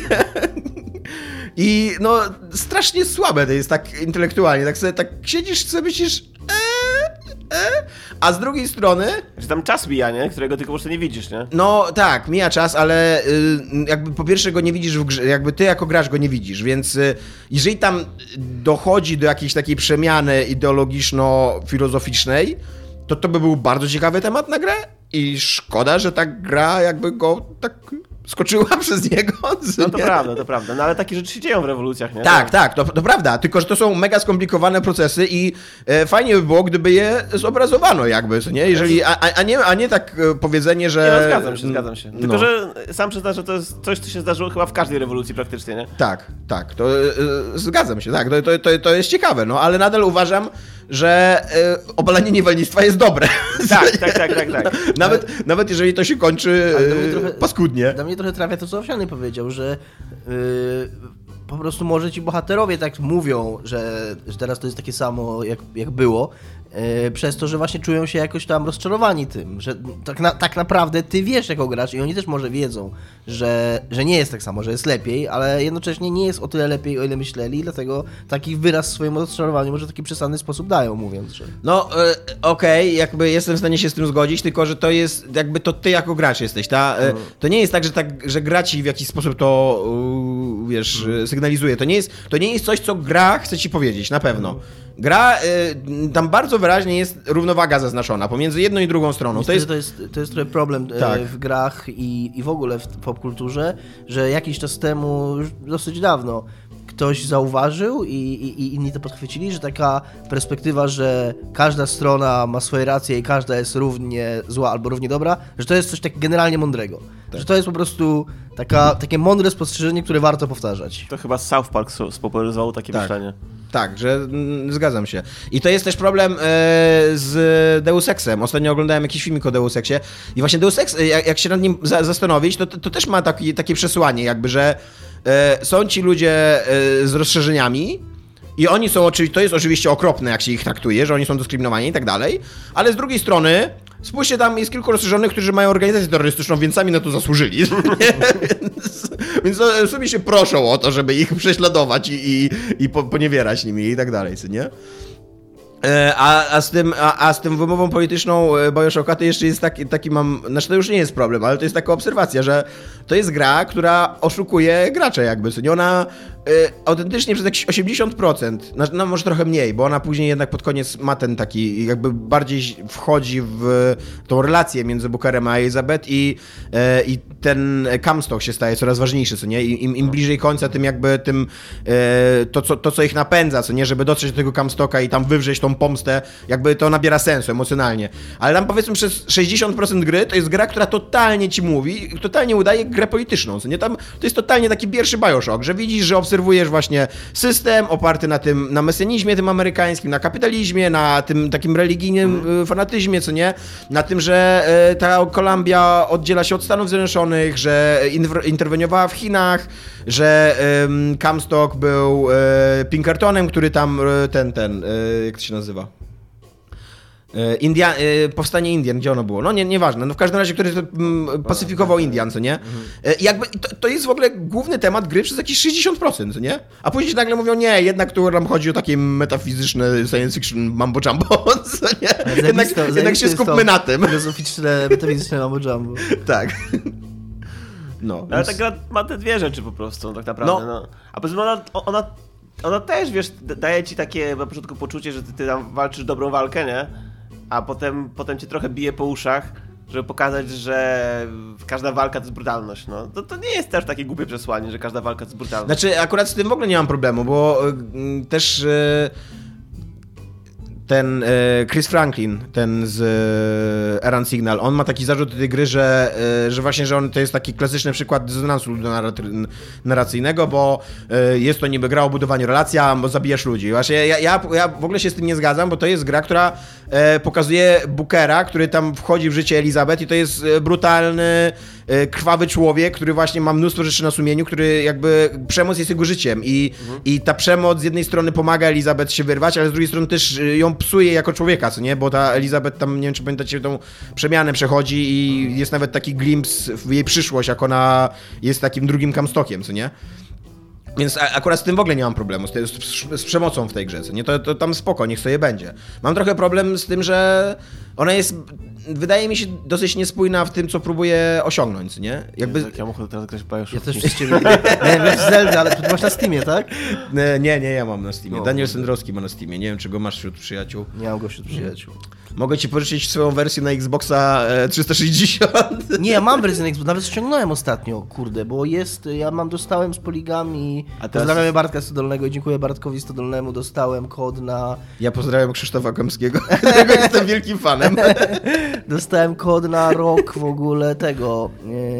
I no, strasznie słabe to jest tak intelektualnie, tak sobie tak siedzisz sobie myślisz... E? A z drugiej strony... Że tam czas mija, nie? Którego tylko po prostu nie widzisz, nie? No tak, mija czas, ale y, jakby po pierwsze go nie widzisz w grze, jakby ty jako gracz go nie widzisz, więc y, jeżeli tam dochodzi do jakiejś takiej przemiany ideologiczno-filozoficznej, to to by był bardzo ciekawy temat na grę i szkoda, że ta gra jakby go tak... skoczyła przez niego. No to nie? prawda, to prawda. No ale takie rzeczy się dzieją w rewolucjach, nie? Tak, tak, to, to prawda. Tylko, że to są mega skomplikowane procesy i e, fajnie by było, gdyby je zobrazowano jakby, nie? Jeżeli, a, a, nie, a nie tak powiedzenie, że... Nie, no, zgadzam się, zgadzam się. Tylko, no. że sam przyznam, że to jest coś, co się zdarzyło chyba w każdej rewolucji praktycznie, nie? Tak, tak, to e, zgadzam się, tak, to, to, to, to jest ciekawe, no, ale nadal uważam, że e, obalanie niewolnictwa jest dobre. Tak, tak, tak, tak, tak. Nawet, ale... nawet jeżeli to się kończy e, trochę, paskudnie. Dla mnie trochę trafia to, co Owsiany powiedział, że yy, po prostu może ci bohaterowie tak mówią, że, że teraz to jest takie samo, jak, jak było, yy, przez to, że właśnie czują się jakoś tam rozczarowani tym, że tak, na, tak naprawdę ty wiesz jako gracz i oni też może wiedzą, że, że nie jest tak samo, że jest lepiej, ale jednocześnie nie jest o tyle lepiej, o ile myśleli, dlatego taki wyraz swojemu rozczarowaniu może w taki przesadny sposób dają, mówiąc, że... No, e, okej, okay, jakby jestem w stanie się z tym zgodzić, tylko że to jest, jakby to ty jako gracz jesteś, ta? E, to nie jest tak, że, tak, że gra ci w jakiś sposób to, e, wiesz, e, sygnalizuje. To nie, jest, to nie jest coś, co gra chce ci powiedzieć, na pewno. Gra, e, tam bardzo wyraźnie jest równowaga zaznaczona pomiędzy jedną i drugą stroną. To jest... To, jest, to jest trochę problem tak. w grach i, i w ogóle w popkulturze, że jakiś czas temu, już dosyć dawno, ktoś zauważył i, i, i inni to podchwycili, że taka perspektywa, że każda strona ma swoje racje i każda jest równie zła albo równie dobra, że to jest coś tak generalnie mądrego. Tak. Że to jest po prostu taka, takie mądre spostrzeżenie, które warto powtarzać. To chyba South Park spopularyzował takie tak. myślenie. Tak, że mm, zgadzam się. I to jest też problem e, z Deus Exem. Ostatnio oglądałem jakiś filmik o Deus Exie i właśnie Deus Ex, jak, jak się nad nim za, zastanowić, to, to, to też ma taki, takie przesłanie jakby, że e, są ci ludzie e, z rozszerzeniami i oni są, oczywiście, to jest oczywiście okropne, jak się ich traktuje, że oni są dyskryminowani i tak dalej, ale z drugiej strony spójrzcie, tam jest kilku rozszerzonych, którzy mają organizację terrorystyczną, więc sami na to zasłużyli. więc, więc sobie się proszą o to, żeby ich prześladować i, i, i po, poniewierać nimi i tak dalej, co nie? A, a, z tym, a, a z tym wymową polityczną Bioshocka to jeszcze jest taki, taki mam, znaczy to już nie jest problem, ale to jest taka obserwacja, że to jest gra, która oszukuje gracze jakby, co nie? Ona y, autentycznie przez jakieś osiemdziesiąt procent, no, no może trochę mniej, bo ona później jednak pod koniec ma ten taki, jakby bardziej wchodzi w tą relację między Bookerem a Elizabeth i, y, i ten Comstock się staje coraz ważniejszy, co nie? I, im, im bliżej końca, tym jakby tym y, to, co, to, co ich napędza, co nie? Żeby dotrzeć do tego Comstocka i tam wywrzeć tą pomstę, jakby to nabiera sensu emocjonalnie. Ale tam powiedzmy przez sześćdziesiąt procent gry to jest gra, która totalnie ci mówi, totalnie udaje grę polityczną, co nie? Tam to jest totalnie taki pierwszy Bioshock, że widzisz, że obserwujesz właśnie system oparty na tym, na mesjanizmie tym amerykańskim, na kapitalizmie, na tym takim religijnym mm. fanatyzmie, co nie? Na tym, że e, ta Kolumbia oddziela się od Stanów Zjednoczonych, że interweniowała w Chinach, że e, Comstock był e, Pinkertonem, który tam e, ten, ten, e, jak to się nazywa? India, powstanie Indian, gdzie ono było? No nie, nieważne, no w każdym razie, który pacyfikował Indian, co nie? I jakby to, to jest w ogóle główny temat gry przez jakieś sześćdziesiąt procent, co nie? A później nagle mówią, nie, jednak tu nam chodzi o takie metafizyczne science fiction mambo jumbo, co nie? Jednak, jednak się skupmy na tym. Filozoficzne, metafizyczne mambo jumbo. Tak. No, ale więc... ta gra ma te dwie rzeczy po prostu, tak naprawdę. No. No. A poza tym ona, ona, ona też, wiesz, daje ci takie na początku poczucie, że ty, ty tam walczysz dobrą walkę, nie? A potem, potem cię trochę bije po uszach, żeby pokazać, że każda walka to jest brutalność. No. To, to nie jest też takie głupie przesłanie, że każda walka to jest brutalność. Znaczy, akurat z tym w ogóle nie mam problemu, bo y, też y, ten y, Chris Franklin, ten z y, Errand Signal, on ma taki zarzut do tej gry, że, y, że właśnie, że on to jest taki klasyczny przykład dysonansu narracyjnego, bo y, jest to niby gra o budowaniu relacji, a zabijasz ludzi. Właśnie ja, ja, ja w ogóle się z tym nie zgadzam, bo to jest gra, która y, pokazuje Bookera, który tam wchodzi w życie Elizabeth i to jest brutalny, y, krwawy człowiek, który właśnie ma mnóstwo rzeczy na sumieniu, który jakby, przemoc jest jego życiem i, mhm. i ta przemoc z jednej strony pomaga Elizabeth się wyrwać, ale z drugiej strony też ją psuje jako człowieka, co nie? Bo ta Elizabeth tam, nie wiem czy pamiętacie, tą przemianę przechodzi i jest nawet taki glimpse w jej przyszłość, jak ona jest takim drugim Comstockiem, co nie? Więc akurat z tym w ogóle nie mam problemu, z, z, z przemocą w tej grze, co nie? To, to tam spoko, niech sobie będzie. Mam trochę problem z tym, że ona jest, wydaje mi się, dosyć niespójna w tym, co próbuje osiągnąć, nie? Jakby... Ja muszę teraz grać Bioshock. Ja też przez ciebie nie wiem, Zelda, ale ty masz na Steamie, tak? Nie, nie, ja mam na Steamie. No, Daniel Sendrowski ma na Steamie. Nie wiem, czy go masz wśród przyjaciół. Nie mam go wśród przyjaciół. Mogę ci pożyczyć swoją wersję na Xboxa trzysta sześćdziesiąt. Nie, ja mam wersję na Xboxa, nawet ściągnąłem ostatnio, kurde, bo jest, ja mam, dostałem z Poligami, a teraz... pozdrawiam Bartka Stodolnego i dziękuję Bartkowi Stodolnemu, dostałem kod na... Ja pozdrawiam Krzysztofa Kępskiego, którego jestem wielkim fanem. Dostałem kod na rok w ogóle tego,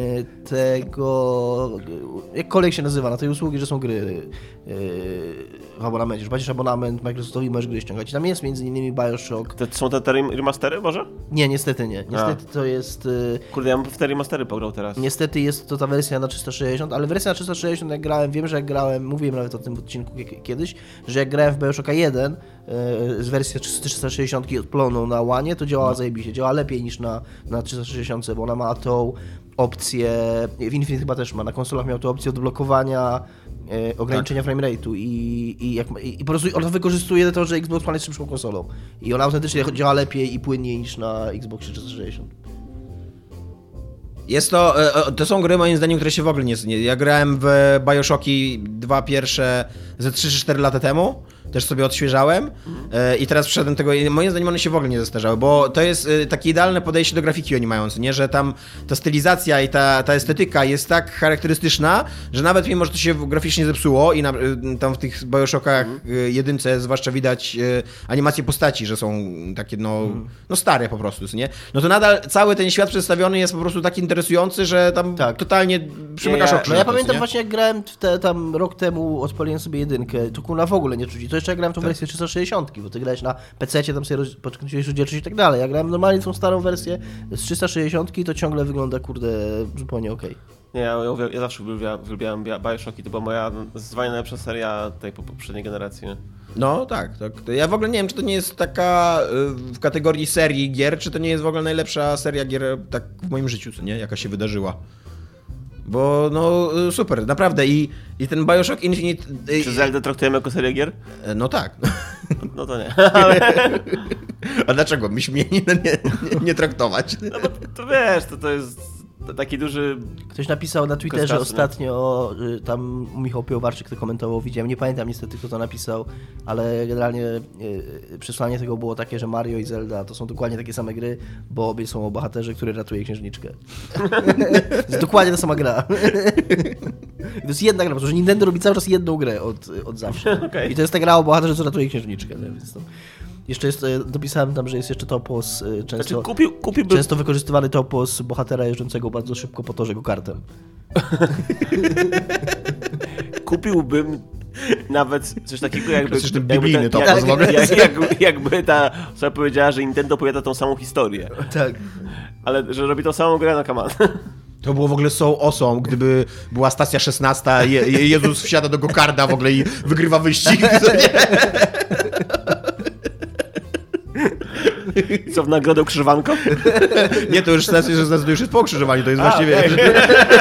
tego, jak kolej się nazywa, na tej usługi, że są gry w abonamencie, że płacisz abonament Microsoftowi, możesz gry ściągać. Tam jest między innymi Bioshock. To są te remastery może? Nie, niestety nie. Niestety A. to jest... Y... Kurde, ja bym w te remastery pograł teraz. Niestety jest to ta wersja na trzysta sześćdziesiąt, ale wersja na trzysta sześćdziesiąt jak grałem, wiem, że jak grałem, mówiłem nawet o tym odcinku kiedyś, że jak grałem w BioShocka jeden y, z wersji trzysta sześćdziesiąt odploną na łanie, to działała no. zajebiście. Działa lepiej niż na, na trzysta sześćdziesiąt, bo ona ma tą opcję, w Infinite chyba też ma, na konsolach miał tą opcję odblokowania e, ograniczenia tak. frame rate'u i, i, jak, i, i po prostu ona wykorzystuje to, że Xbox One jest szybszą konsolą i ona autentycznie działa lepiej i płynniej niż na Xboxie trzysta sześćdziesiąt. Jest to, to są gry moim zdaniem, które się w ogóle nie... Ja grałem w BioShocki dwa pierwsze ze trzy czy cztery lata temu, też sobie odświeżałem mhm. i teraz wszedłem tego i moim zdaniem one się w ogóle nie zestarzały, bo to jest takie idealne podejście do grafiki oni mają, nie? Że tam ta stylizacja i ta, ta estetyka jest tak charakterystyczna, że nawet mimo, że to się graficznie zepsuło i na, tam w tych BioShockach mhm. jedynce zwłaszcza widać animacje postaci, że są takie no, mhm. no stare po prostu, nie? No to nadal cały ten świat przedstawiony jest po prostu tak interesujący, że tam tak. totalnie przymykasz oczy. No ja pamiętam nie? właśnie jak grałem w te, tam rok temu, odpaliłem sobie jedynkę, to kurna w ogóle nie czuć. To jeszcze jak grałem w tą tak. wersję trzysta sześćdziesiąt, bo ty grałeś na pececie, tam sobie podkręciłeś rozdzielczość i tak dalej. Ja grałem normalnie tą starą wersję z trzysta sześćdziesiąt, to ciągle wygląda kurde zupełnie okej. Okay. Nie, ja, ja, ja zawsze uwielbiałem BioShocki, to była moja zdecydowanie najlepsza seria tej poprzedniej generacji. Nie? No tak, tak. Ja w ogóle nie wiem, czy to nie jest taka w kategorii serii gier, czy to nie jest w ogóle najlepsza seria gier tak w moim życiu, co nie? Jaka się wydarzyła. Bo no super, naprawdę. I, i ten BioShock Infinite... Czy Zelda traktujemy jako serię gier? No tak. No, no to nie. A dlaczego? Myśmy nie, nie, nie, nie traktować. No bo to wiesz, to, to jest taki duży... Ktoś napisał na Twitterze ostatnio, tam Michał Piowarczyk to komentował, widziałem, nie pamiętam niestety kto to napisał, ale generalnie przesłanie tego było takie, że Mario i Zelda to są dokładnie takie same gry, bo obie są o bohaterze, który ratuje księżniczkę. To jest dokładnie ta sama gra. To jest jedna gra, protože Nintendo robi cały czas jedną grę od, od zawsze. Okay. I to jest ta gra o bohaterze, co ratuje księżniczkę. Nie? Więc to... Jeszcze jest, dopisałem tam, że jest jeszcze topos, często, znaczy, kupił, kupiłby... często wykorzystywany topos bohatera jeżdżącego bardzo szybko po torze go-kartem. Kupiłbym nawet coś takiego jakby... To jest ten biblijny topos jak, w ogóle. Jak, jak, jakby ta osoba powiedziała, że Nintendo opowiada tą samą historię. Tak. Ale że robi tą samą grę na kaman. To było w ogóle so awesome, gdyby była stacja szesnasta, Je- Jezus wsiada do go-karda w ogóle i wygrywa wyścig. Co, w nagrodę krzyżowanką? Nie, to już stacja szesnasta to już jest po krzyżowaniu, to jest A, właściwie... Okay.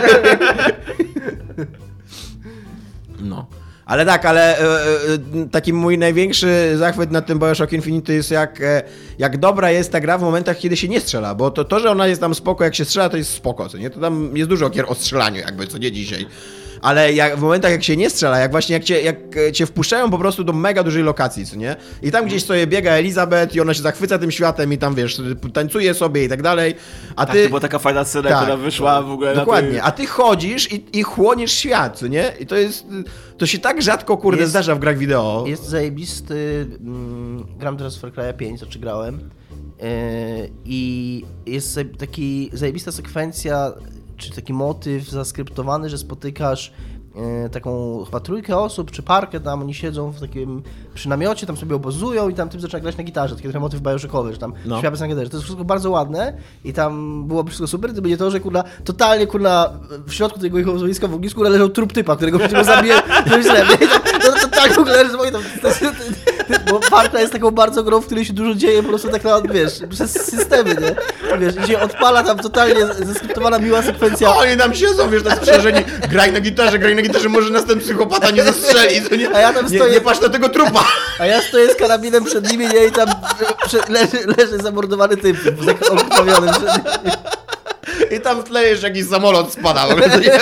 No. Ale tak, ale e, e, taki mój największy zachwyt nad tym BioShock Infinite jest jak, e, jak dobra jest ta gra w momentach, kiedy się nie strzela, bo to, to, że ona jest tam spoko, jak się strzela, to jest spoko, co nie? To tam jest dużo gier o strzelaniu jakby, co nie dzisiaj. Ale jak, w momentach, jak się nie strzela, jak właśnie jak cię, jak cię wpuszczają po prostu do mega dużej lokacji, co nie? I tam gdzieś sobie biega Elizabeth i ona się zachwyca tym światem i tam, wiesz, tańcuje sobie i tak dalej. A ty... Tak, to była taka fajna scena, tak, która wyszła w ogóle dokładnie. na tym... A ty chodzisz i, i chłoniesz świat, co nie? I to jest... To się tak rzadko, kurde, jest, zdarza w grach wideo. Jest zajebisty... Mm, gram teraz w Far Cry pięć, znaczy grałem. Yy, I jest taki zajebista sekwencja, czy taki motyw zaskryptowany, że spotykasz e, taką chyba trójkę osób, czy parkę tam, oni siedzą w takim przy namiocie, tam sobie obozują i tam typ zaczyna grać na gitarze, taki trochę motyw bioshockowy, że tam no. śpiewa na gitarze. To jest wszystko bardzo ładne i tam byłoby wszystko super, gdyby nie to, że kurna, totalnie kurna, w środku tego ich obozowiska w ognisku leżał trup typa, którego przecież zabije, to to tak w ogóle leży, bo Far Cry jest taką bardzo grą, w której się dużo dzieje po prostu tak na, wiesz, przez systemy, nie? Wiesz, i się odpala tam totalnie zeskryptowana miła sekwencja. O, oni tam siedzą, wiesz, tak przerażeni, graj na gitarze, graj na gitarze, może nas ten psychopata nie zastrzeli, to nie, a ja tam stoję, nie, nie patrz na tego trupa. A ja stoję z karabinem przed nimi, nie, i tam leży, leży zamordowany typ, zakrwawiony przed nimi. I tam w tle jeszcze jakiś samolot spada, w ogóle, nie?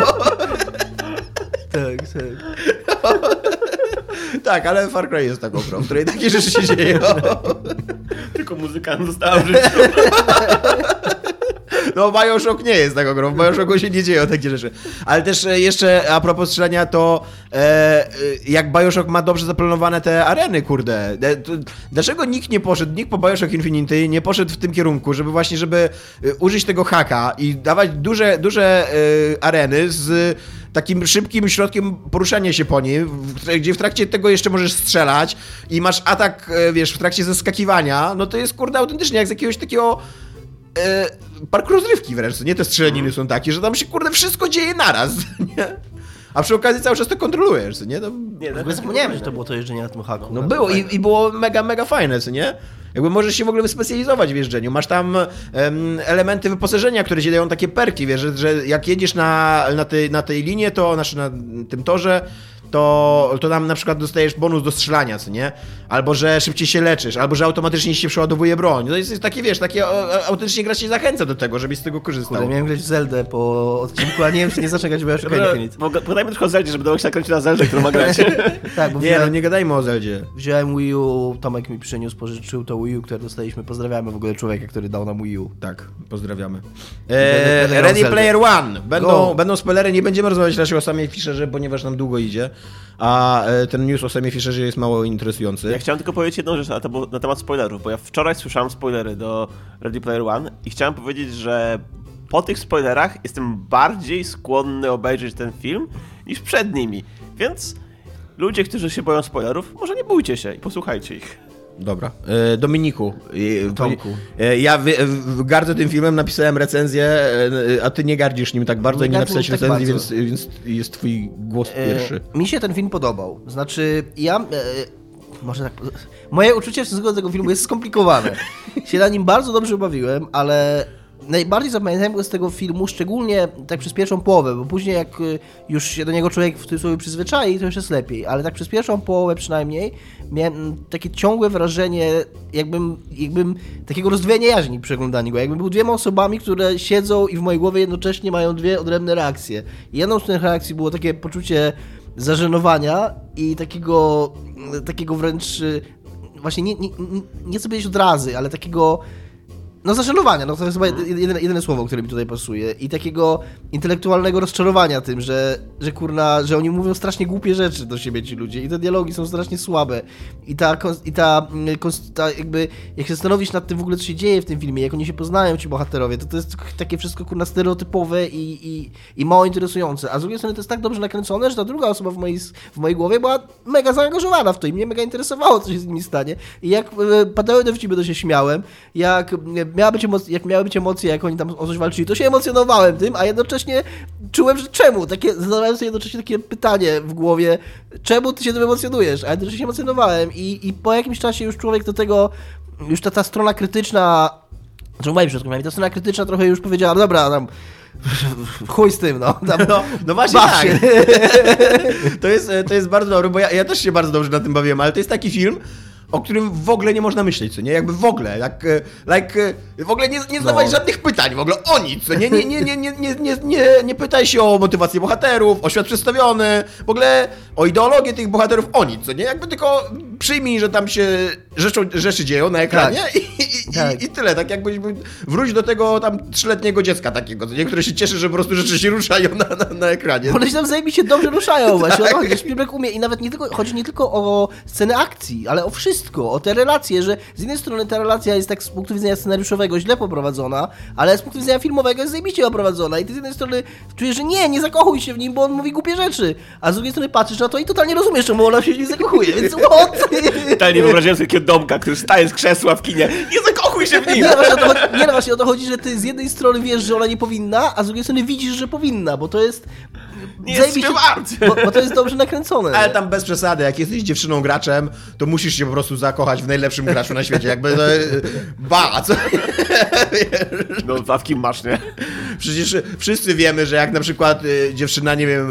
Tak, tak. Tak, ale Far Cry jest taką grą, w której takie rzeczy się dzieją. Tylko muzyka została w życiu. No BioShock nie jest taką grą, w BioShocku się nie dzieją takie rzeczy. Ale też jeszcze a propos strzelania, to e, jak BioShock ma dobrze zaplanowane te areny, kurde. E, to, dlaczego nikt nie poszedł, nikt po BioShock Infinity nie poszedł w tym kierunku, żeby właśnie, żeby użyć tego haka i dawać duże, duże e, areny z takim szybkim środkiem poruszania się po nim, w, gdzie w trakcie tego jeszcze możesz strzelać i masz atak, wiesz, w trakcie zeskakiwania, no to jest, kurde, autentycznie jak z jakiegoś takiego e, parku rozrywki wręcz, nie? Te strzelaniny są takie, że tam się, kurde, wszystko dzieje naraz, nie? A przy okazji cały czas to kontrolujesz, nie? To... Nie, w ogóle zapomniałem, że to było to jeżdżenie na tym haku. No było i, i było mega, mega fajne, co nie? Jakby możesz się w ogóle wyspecjalizować w jeżdżeniu. Masz tam um, elementy wyposażenia, które ci dają takie perki, wiesz, że, że jak jedziesz na, na, tej, na tej linie, to znaczy na tym torze, to, to tam na przykład dostajesz bonus do strzelania, co nie? Albo że szybciej się leczysz, albo że automatycznie się przeładowuje broń. No to jest takie, wiesz, takie autentycznie gra cię zachęca do tego, żebyś z tego korzystał. Kurde, miałem grać w Zeldę po odcinku, a nie wiem, czy nie zaczekać, bo ja szukam Infinite. Pogadajmy trochę o Zeldzie, żeby dało się nakręcić na Zeldę, którą ma grać. Tak, bo Nie, wziąłem, no nie gadajmy o Zeldzie. wziąłem Wii U, Tomek mi przyniósł, pożyczył to Wii U, które dostaliśmy. Pozdrawiamy w ogóle człowieka, który dał nam Wii U. Tak, pozdrawiamy. Będę- będę E, grał Ready Zeldę. Player One. Będą, Go. będą spoilery, nie będziemy rozmawiać raczej o samej Fisherze, ponieważ nam długo idzie, a e, ten news o samej Fisherze jest mało interesujący. Ja chciałem tylko powiedzieć jedną rzecz na, te, na temat spoilerów, bo ja wczoraj słyszałem spoilery do Ready Player One i chciałem powiedzieć, że po tych spoilerach jestem bardziej skłonny obejrzeć ten film niż przed nimi. Więc ludzie, którzy się boją spoilerów, może nie bójcie się i posłuchajcie ich. Dobra. E, Dominiku. e, Tomku. e, Ja wy, w, gardzę tym filmem, napisałem recenzję, e, a ty nie gardzisz nim tak bardzo Nie i nie gardzę napisałeś nim tak recenzji, bardzo. więc, więc jest twój głos pierwszy. E, mi się ten film podobał. Znaczy, ja... E, może tak... Moje uczucie w stosunku do tego filmu jest skomplikowane. Się na nim bardzo dobrze bawiłem, ale najbardziej zapamiętałem go z tego filmu, szczególnie tak przez pierwszą połowę, bo później jak y, już się do niego człowiek w cudzysłowie przyzwyczai, to już jest lepiej, ale tak przez pierwszą połowę przynajmniej miałem takie ciągłe wrażenie, jakbym, jakbym takiego rozdwojenia jaźni przy oglądaniu go, jakbym był dwiema osobami, które siedzą i w mojej głowie jednocześnie mają dwie odrębne reakcje. I jedną z tych reakcji było takie poczucie zażenowania i takiego, takiego wręcz właśnie nie, nie, nie, nie chcę powiedzieć odrazy, ale takiego no zażenowania, no to jest chyba jedyne, jedyne słowo, które mi tutaj pasuje i takiego intelektualnego rozczarowania tym, że, że kurna, że oni mówią strasznie głupie rzeczy do siebie ci ludzie i te dialogi są strasznie słabe i ta, i ta, ta jakby, jak się zastanowić nad tym w ogóle, co się dzieje w tym filmie, jak oni się poznają, ci bohaterowie, to to jest takie wszystko kurna stereotypowe i, i, i mało interesujące, a z drugiej strony to jest tak dobrze nakręcone, że ta druga osoba w mojej, w mojej głowie była mega zaangażowana w to i mnie mega interesowało, co się z nimi stanie i jak e, padały dowcipy, to się śmiałem, jak miała być emoc- jak miały być emocje, jak oni tam o coś walczyli, to się emocjonowałem tym, a jednocześnie czułem, że czemu? Takie, zadawałem sobie jednocześnie takie pytanie w głowie, czemu ty się tym emocjonujesz? A jednocześnie się emocjonowałem i, i po jakimś czasie już człowiek do tego, już ta, ta strona krytyczna, znaczy w moim przypadku, ta strona krytyczna trochę już powiedziała, no dobra, tam chuj z tym, no. Tam, No, no właśnie baw tak. się. To jest, to jest bardzo dobre, bo ja, ja też się bardzo dobrze na tym bawiłem, ale to jest taki film, o którym w ogóle nie można myśleć, co nie? Jakby w ogóle, jak, like, w ogóle nie, nie zadawaj No. żadnych pytań, w ogóle o nic, co nie? Nie, nie, nie, nie, nie, nie, nie, nie pytaj się o motywację bohaterów, o świat przedstawiony, w ogóle o ideologię tych bohaterów, o nic, co nie? Jakby tylko przyjmij, że tam się rzeczą, rzeczy dzieją na ekranie Tak. i, i, Tak. i, i tyle, tak jakbyś wróć do tego tam trzyletniego dziecka takiego, co nie? Które się cieszy, że po prostu rzeczy się ruszają na, na, na ekranie. One się tam zajebiście dobrze ruszają właśnie, o to chodzi, Spielberg umie i nawet nie tylko, chodzi nie tylko o sceny akcji, ale o wszystko, o te relacje, że z jednej strony ta relacja jest tak z punktu widzenia scenariuszowego źle poprowadzona, ale z punktu widzenia filmowego jest zajebiście oprowadzona i ty z jednej strony czujesz, że nie, nie zakochuj się w nim, bo on mówi głupie rzeczy, a z drugiej strony patrzysz na to i totalnie rozumiesz, czemu ona się nie zakochuje, więc what? Totalnie wyobraziłem sobie takiego domka, który staje z krzesła w kinie. Nie zakochuj się w nim! Nie, no właśnie o to chodzi, nie, no właśnie o to chodzi, że ty z jednej strony wiesz, że ona nie powinna, a z drugiej strony widzisz, że powinna, bo to jest... Nie jest się wart! Bo, bo to jest dobrze nakręcone. Ale tam bez przesady, jak jesteś dziewczyną graczem, to musisz się po prostu zakochać w najlepszym graczu na świecie. Jakby to, ba, co? No, a w kim masz, nie? Przecież wszyscy wiemy, że jak na przykład y, dziewczyna, nie wiem, y,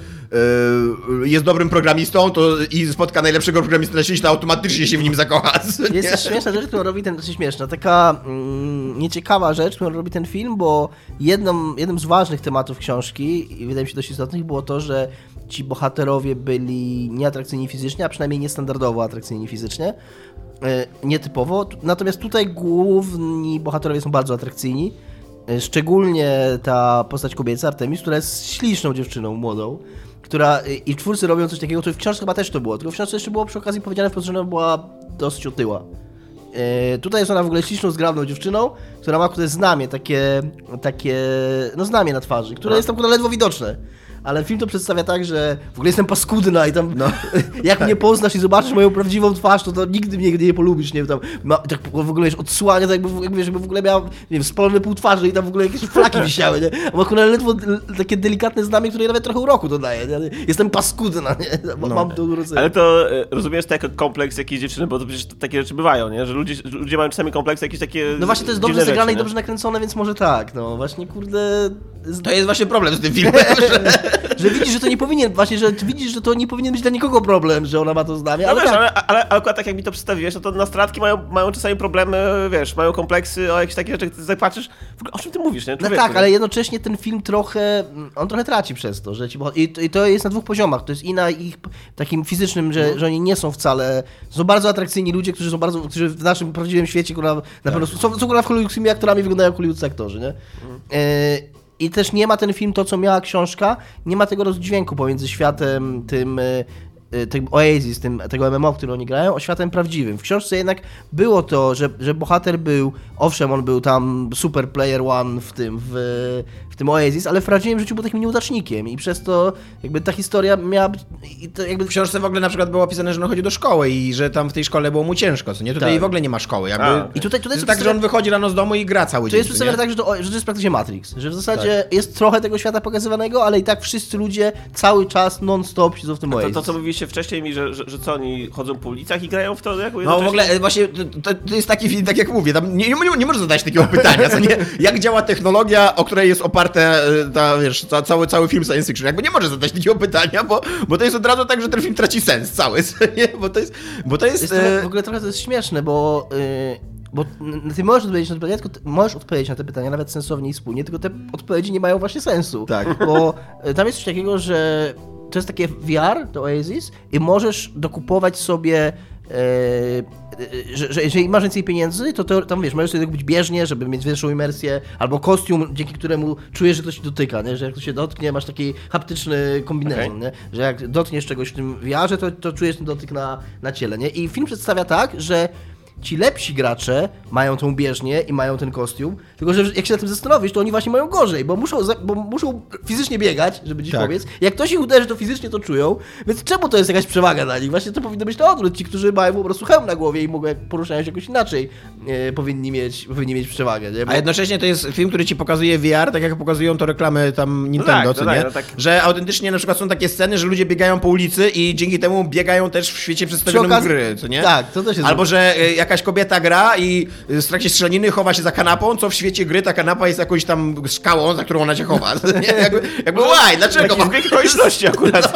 y, jest dobrym programistą, to i spotka najlepszego programistę na świecie, to automatycznie się w nim zakocha. Jest nie? też śmieszna rzecz, którą robi ten, znaczy śmieszna, taka mm, nieciekawa rzecz, którą robi ten film, bo jedną, jednym z ważnych tematów książki, i wydaje mi się dość istotnych, było to, że ci bohaterowie byli nieatrakcyjni fizycznie, a przynajmniej niestandardowo atrakcyjni fizycznie, e, nietypowo, natomiast tutaj główni bohaterowie są bardzo atrakcyjni, e, szczególnie ta postać kobieca, Artemis, która jest śliczną dziewczyną, młodą, która, i twórcy robią coś takiego, to w książce chyba też to było, tylko w książce jeszcze było przy okazji powiedziane wprost, że ona była dosyć otyła. Yy, tutaj jest ona w ogóle śliczną, zgrabną dziewczyną, która ma tutaj znamie, takie, takie, no znamie na twarzy, które jest tam kurwa ledwo widoczne. ale film to przedstawia tak, że w ogóle jestem paskudna i tam No. jak mnie poznasz i zobaczysz moją prawdziwą twarz, to, to nigdy mnie nie polubisz, nie wiem, tam ma, tak w ogóle wiesz, odsłania, tak jakby, jakby żeby w ogóle miał, nie wiem, spalone pół twarzy i tam w ogóle jakieś flaki wisiały, nie? A ma akurat ledwo takie delikatne znamie, które nawet trochę uroku dodaje, nie? Jestem paskudna, nie? No. Mam to urodzenie. Ale to e, rozumiesz to jako kompleks jakiejś dziewczyny, bo to przecież takie rzeczy bywają, nie? Że ludzie, ludzie mają czasami kompleksy jakieś takie No właśnie to jest dobrze dziwne zagrane rzeczy, i nie? dobrze nakręcone, więc może tak, no właśnie kurde... To jest właśnie problem z tym filmem, że... że widzisz, że to nie powinien, właśnie, że widzisz, że to nie powinien być dla nikogo problem, że ona ma to znamie, No ale wiesz, tak. ale, ale, ale akurat tak jak mi to przedstawiłeś, no to nastolatki mają, mają czasami problemy, wiesz, mają kompleksy o jakieś takie rzeczy, ty zapatrzysz, w ogóle o czym ty mówisz, nie? No Człowieku, tak, nie? ale jednocześnie ten film trochę, on trochę traci przez to, że ci, boh- i, I to jest na dwóch poziomach, to jest i na ich takim fizycznym, że, że oni nie są wcale, są bardzo atrakcyjni ludzie, którzy są bardzo, którzy w naszym prawdziwym świecie, kurwa, na pewno są, są kurwa hollywoodzkimi aktorami, wyglądają jak hollywoodzcy aktorzy, nie? E, I też nie ma ten film to, co miała książka, nie ma tego rozdźwięku pomiędzy światem tym, y, y, tym Oasis, tym, tego M M O, który oni grają, a światem prawdziwym. W książce jednak było to, że, że bohater był, owszem, on był tam super player one w tym, w, w tym Oasis, ale w prawdziwym życiu był takim nieudacznikiem i przez to jakby ta historia miała być... I to jakby... W książce w ogóle na przykład było opisane, że on chodzi do szkoły i że tam w tej szkole było mu ciężko, co nie? Tutaj Tak. w ogóle nie ma szkoły. Jakby... A, I tutaj, tutaj To jest są tak, że on wychodzi rano z domu i gra cały To dzień. jest co przedstawione nie? tak, że to, że to jest praktycznie Matrix, że w zasadzie jest trochę tego świata pokazywanego, ale i tak wszyscy ludzie cały czas non-stop siedzą w tym To, Oasis. to, co mówiliście wcześniej mi, że, że, że co, oni chodzą po ulicach i grają w to jako No w ogóle e, właśnie to, to, to jest taki film, tak jak mówię, tam nie, nie, nie możesz zadać takiego pytania, co nie? Jak działa technologia, o której jest oparte e, ta, wiesz, ca, cały, cały film science fiction. Jakby nie możesz zadać takiego pytania, bo, bo to jest od razu tak, że ten film traci sens cały, co nie? Bo to jest... Bo to jest, Jest trochę, e, w ogóle trochę to jest śmieszne, bo, yy, bo n- ty możesz odpowiedzieć na te pytania, tylko ty możesz odpowiedzieć na te pytania nawet sensownie i spójnie, tylko te odpowiedzi nie mają właśnie sensu. Tak. Bo y, tam jest coś takiego, że to jest takie V R, to Oasis, i możesz dokupować sobie. Yy, że, że jeżeli masz więcej pieniędzy, to, to tam wiesz, możesz sobie kupić bieżnię, żeby mieć większą imersję, albo kostium, dzięki któremu czujesz, że ktoś się dotyka, nie? Że jak ktoś się dotknie, masz taki haptyczny kombinezon, Okay. nie? Że jak dotkniesz czegoś w tym V R-ze, to, to czujesz ten dotyk na, na ciele, nie? I film przedstawia tak, że ci lepsi gracze mają tą bieżnię i mają ten kostium, tylko że jak się na tym zastanowisz, to oni właśnie mają gorzej, bo muszą, za, bo muszą fizycznie biegać, żeby dziś Tak. powiedz. Jak ktoś ich uderzy, to fizycznie to czują, więc czemu to jest jakaś przewaga dla nich? Właśnie to powinno być na odwrót. Ci, którzy mają po prostu hełm na głowie i mogą, jak poruszają się jakoś inaczej, e, powinni, mieć, powinni mieć przewagę, nie? Bo... A jednocześnie to jest film, który ci pokazuje V R, tak jak pokazują to reklamy tam Nintendo, tak, co no nie? tak, no tak. Że autentycznie na przykład są takie sceny, że ludzie biegają po ulicy i dzięki temu biegają też w świecie przedstawionym okazji- gry, co nie? Tak, to też jest... Albo, że e, jakaś kobieta gra i w trakcie strzelaniny chowa się za kanapą, co w świecie gry ta kanapa jest jakąś tam skałą, za którą ona się chowa. Nie? Jakby, jakby why? Dlaczego? Jakiś zbieg okoliczności akurat.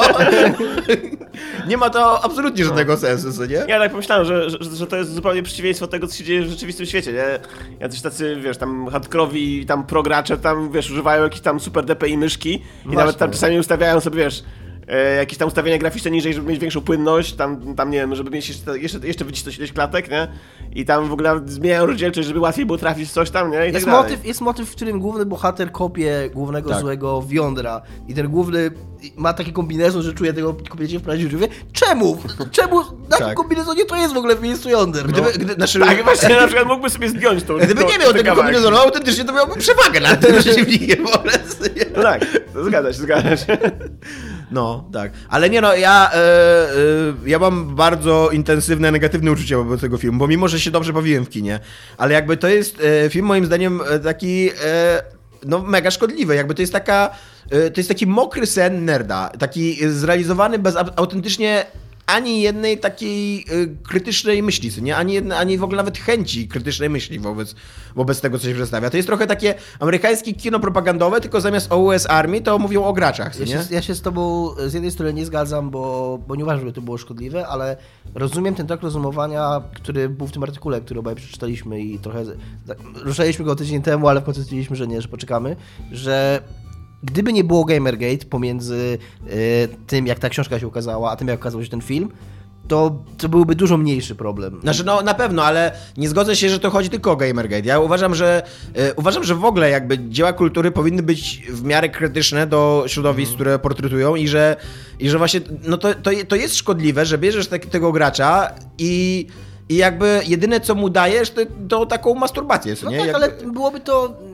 Nie ma to absolutnie żadnego sensu, co nie? Ja tak pomyślałem, że, że, że to jest zupełnie przeciwieństwo tego, co się dzieje w rzeczywistym świecie, nie? Jacyś tacy, wiesz, tam hardkorowi, tam progracze, tam, wiesz, używają jakichś tam super D P I myszki i Właśnie. nawet tam czasami ustawiają sobie, wiesz, e, jakieś tam ustawienia graficzne niżej, żeby mieć większą płynność, tam, tam nie wiem, żeby mieć jeszcze, jeszcze, jeszcze wycisnąć ileś klatek, nie? I tam w ogóle zmieniają rozdzielczość, żeby łatwiej było trafić w coś tam, nie? I tak Jest dalej. motyw, jest motyw, w którym główny bohater kopie głównego Tak. złego w jądra i ten główny ma taki kombinezon, że czuje tego kobiecie w prawdziwym życiu. Czemu? Czemu? Na tym Tak. kombinezonie to jest w ogóle w miejscu jąder? No. Gdyby, gdy, znaczy, Tak, właśnie na przykład mógłby sobie zdjąć tą gdyby tą- nie miał ten tego kawałek. kombinezonu, autentycznie to miałby przewagę nad tym przeciwnikiem. po prostu, nie? No tak, to zgadza się, zgadza się. No, tak. Ale nie no, ja, e, e, ja mam bardzo intensywne, negatywne uczucia wobec tego filmu, bo mimo, że się dobrze bawiłem w kinie, ale jakby to jest e, film moim zdaniem e, taki, e, no mega szkodliwy, jakby to jest taka, e, to jest taki mokry sen nerda, taki zrealizowany bez a- autentycznie ani jednej takiej y, krytycznej myśli, co nie? Ani, jedne, ani w ogóle nawet chęci krytycznej myśli wobec, wobec tego, co się przedstawia. To jest trochę takie amerykańskie kino propagandowe, tylko zamiast o U S Army to mówią o graczach, co Ja nie? się, ja się z tobą z jednej strony nie zgadzam, bo, bo nie uważam, żeby to było szkodliwe, ale rozumiem ten tok rozumowania, który był w tym artykule, który obaj przeczytaliśmy i trochę tak, ruszaliśmy go tydzień temu, ale w końcu stwierdziliśmy, że nie, że poczekamy, że gdyby nie było Gamergate pomiędzy y, tym, jak ta książka się ukazała, a tym, jak okazał się ten film, to, to byłby dużo mniejszy problem. Znaczy, no na pewno, ale nie zgodzę się, że to chodzi tylko o Gamergate. Ja uważam, że e, uważam, że w ogóle jakby dzieła kultury powinny być w miarę krytyczne do środowisk, Mhm. które portretują i że, i że właśnie, no to, to, to jest szkodliwe, że bierzesz tak, tego gracza i, i jakby jedyne, co mu dajesz, to, to taką masturbację, co No nie? tak, jakby... ale byłoby to...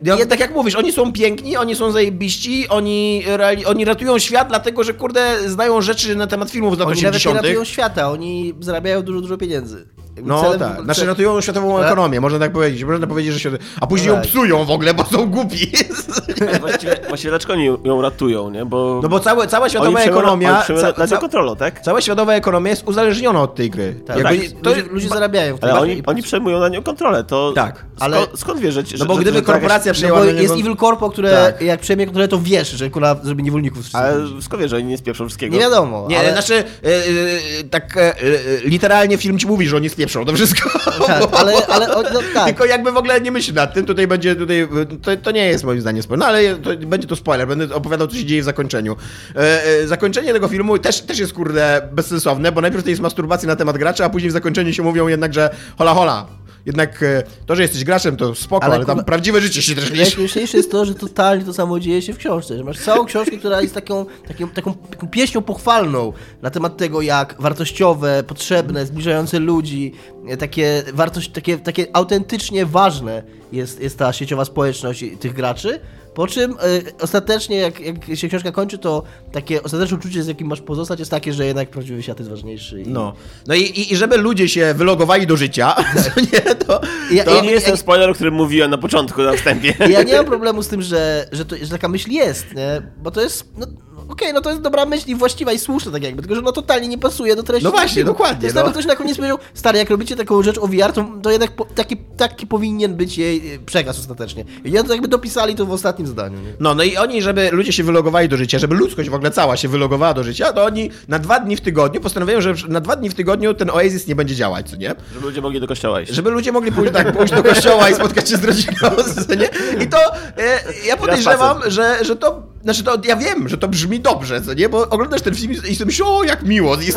Ja, tak jak mówisz, oni są piękni, oni są zajebiści, oni, reali- oni ratują świat, dlatego że kurde znają rzeczy na temat filmów z lat Oni nawet nie osiemdziesiątych. ratują świata, oni zarabiają dużo, dużo pieniędzy. No Celem- tak, znaczy ratują światową Tak. ekonomię, można tak powiedzieć. Można powiedzieć, że świat... A później Tak. ją psują w ogóle, bo są głupi. Właściwie, właściwie dlaczego oni ją ratują, nie? Bo No bo całe, cała światowa oni przejmują- ekonomia... Oni przejmują ca- nad nią ca- kontrolą, tak? Cała światowa ekonomia jest uzależniona od tej gry. Tak, Jakby tak. to- Ludzie, ludzie zarabiają w tym. Ale Bardziej- oni, oni przejmują nad nią kontrolę, to Tak, ale- skąd, skąd wiesz, że... No bo że, gdyby że to jakaś- korporacja No przejęła bo na niego... jest Evil Corpo, które Tak. jak przejmie kontrolę, to wiesz, że kurwa zrobi niewolników wszystkich. Ale skąd wiesz, że oni nie spieprzą wszystkiego? Nie wiadomo, Nie, ale, znaczy, e, e, tak e, e, literalnie film ci mówi, że oni spieprzą to wszystko. tak, ale, ale o, no, tak. Tylko jakby w ogóle nie myśli nad tym, tutaj będzie, tutaj, to, to nie jest moim zdaniem spoiler, no ale to, będzie to spoiler, będę opowiadał, co się dzieje w zakończeniu. E, e, zakończenie tego filmu też, też jest, kurde, bezsensowne, bo najpierw to jest masturbacja na temat gracza, a później w zakończeniu się mówią jednak, że hola, hola, jednak e, to, że jesteś graczem, to spoko, ale, Ale tam kurwa- prawdziwe życie się też niesie. Najśmieszniejsze jest to, że totalnie to samo dzieje się w książce, że masz całą książkę, która jest taką, taką, taką, taką pieśnią pochwalną na temat tego, jak wartościowe, potrzebne, zbliżające ludzi, takie, wartość, takie, takie autentycznie ważne jest, jest ta sieciowa społeczność tych graczy. Po czym y, ostatecznie, jak, jak się książka kończy, to takie ostateczne uczucie, z jakim masz pozostać, jest takie, że jednak prawdziwy świat jest ważniejszy. I... No, no i, i, i żeby ludzie się wylogowali do życia, to nie, to... Ja, To ja, nie jest ten spoiler, o którym mówiłem na początku, na wstępie. Ja nie mam problemu z tym, że, że, to, że taka myśl jest, nie? Bo to jest, no okej, no to jest dobra myśl i właściwa i słuszna tak jakby, tylko że no totalnie nie pasuje do treści. No właśnie, filmu. dokładnie, To jest no. nawet ktoś na koniec powiedział, stary, jak robicie taką rzecz o V R, to, to jednak po, taki, taki powinien być jej przekaz ostatecznie. I oni to jakby dopisali to w ostatnim zdaniu, nie? No, no i oni, żeby ludzie się wylogowali do życia, żeby ludzkość w ogóle cała się wylogowała do życia, to oni na dwa dni w tygodniu postanawiają, że na dwa dni w tygodniu ten Oasis nie będzie działać, co nie? Żeby ludzie mogli do kościoła iść. Żeby ludzie mogli pójść, tak, pójść do kościoła i spotkać się z rodziną, co nie? I to e, ja podejrzewam, że, że to, znaczy to, ja wiem, że to brzmi dobrze, co nie? Bo oglądasz ten film i sobie myślisz, o, jak miło, jest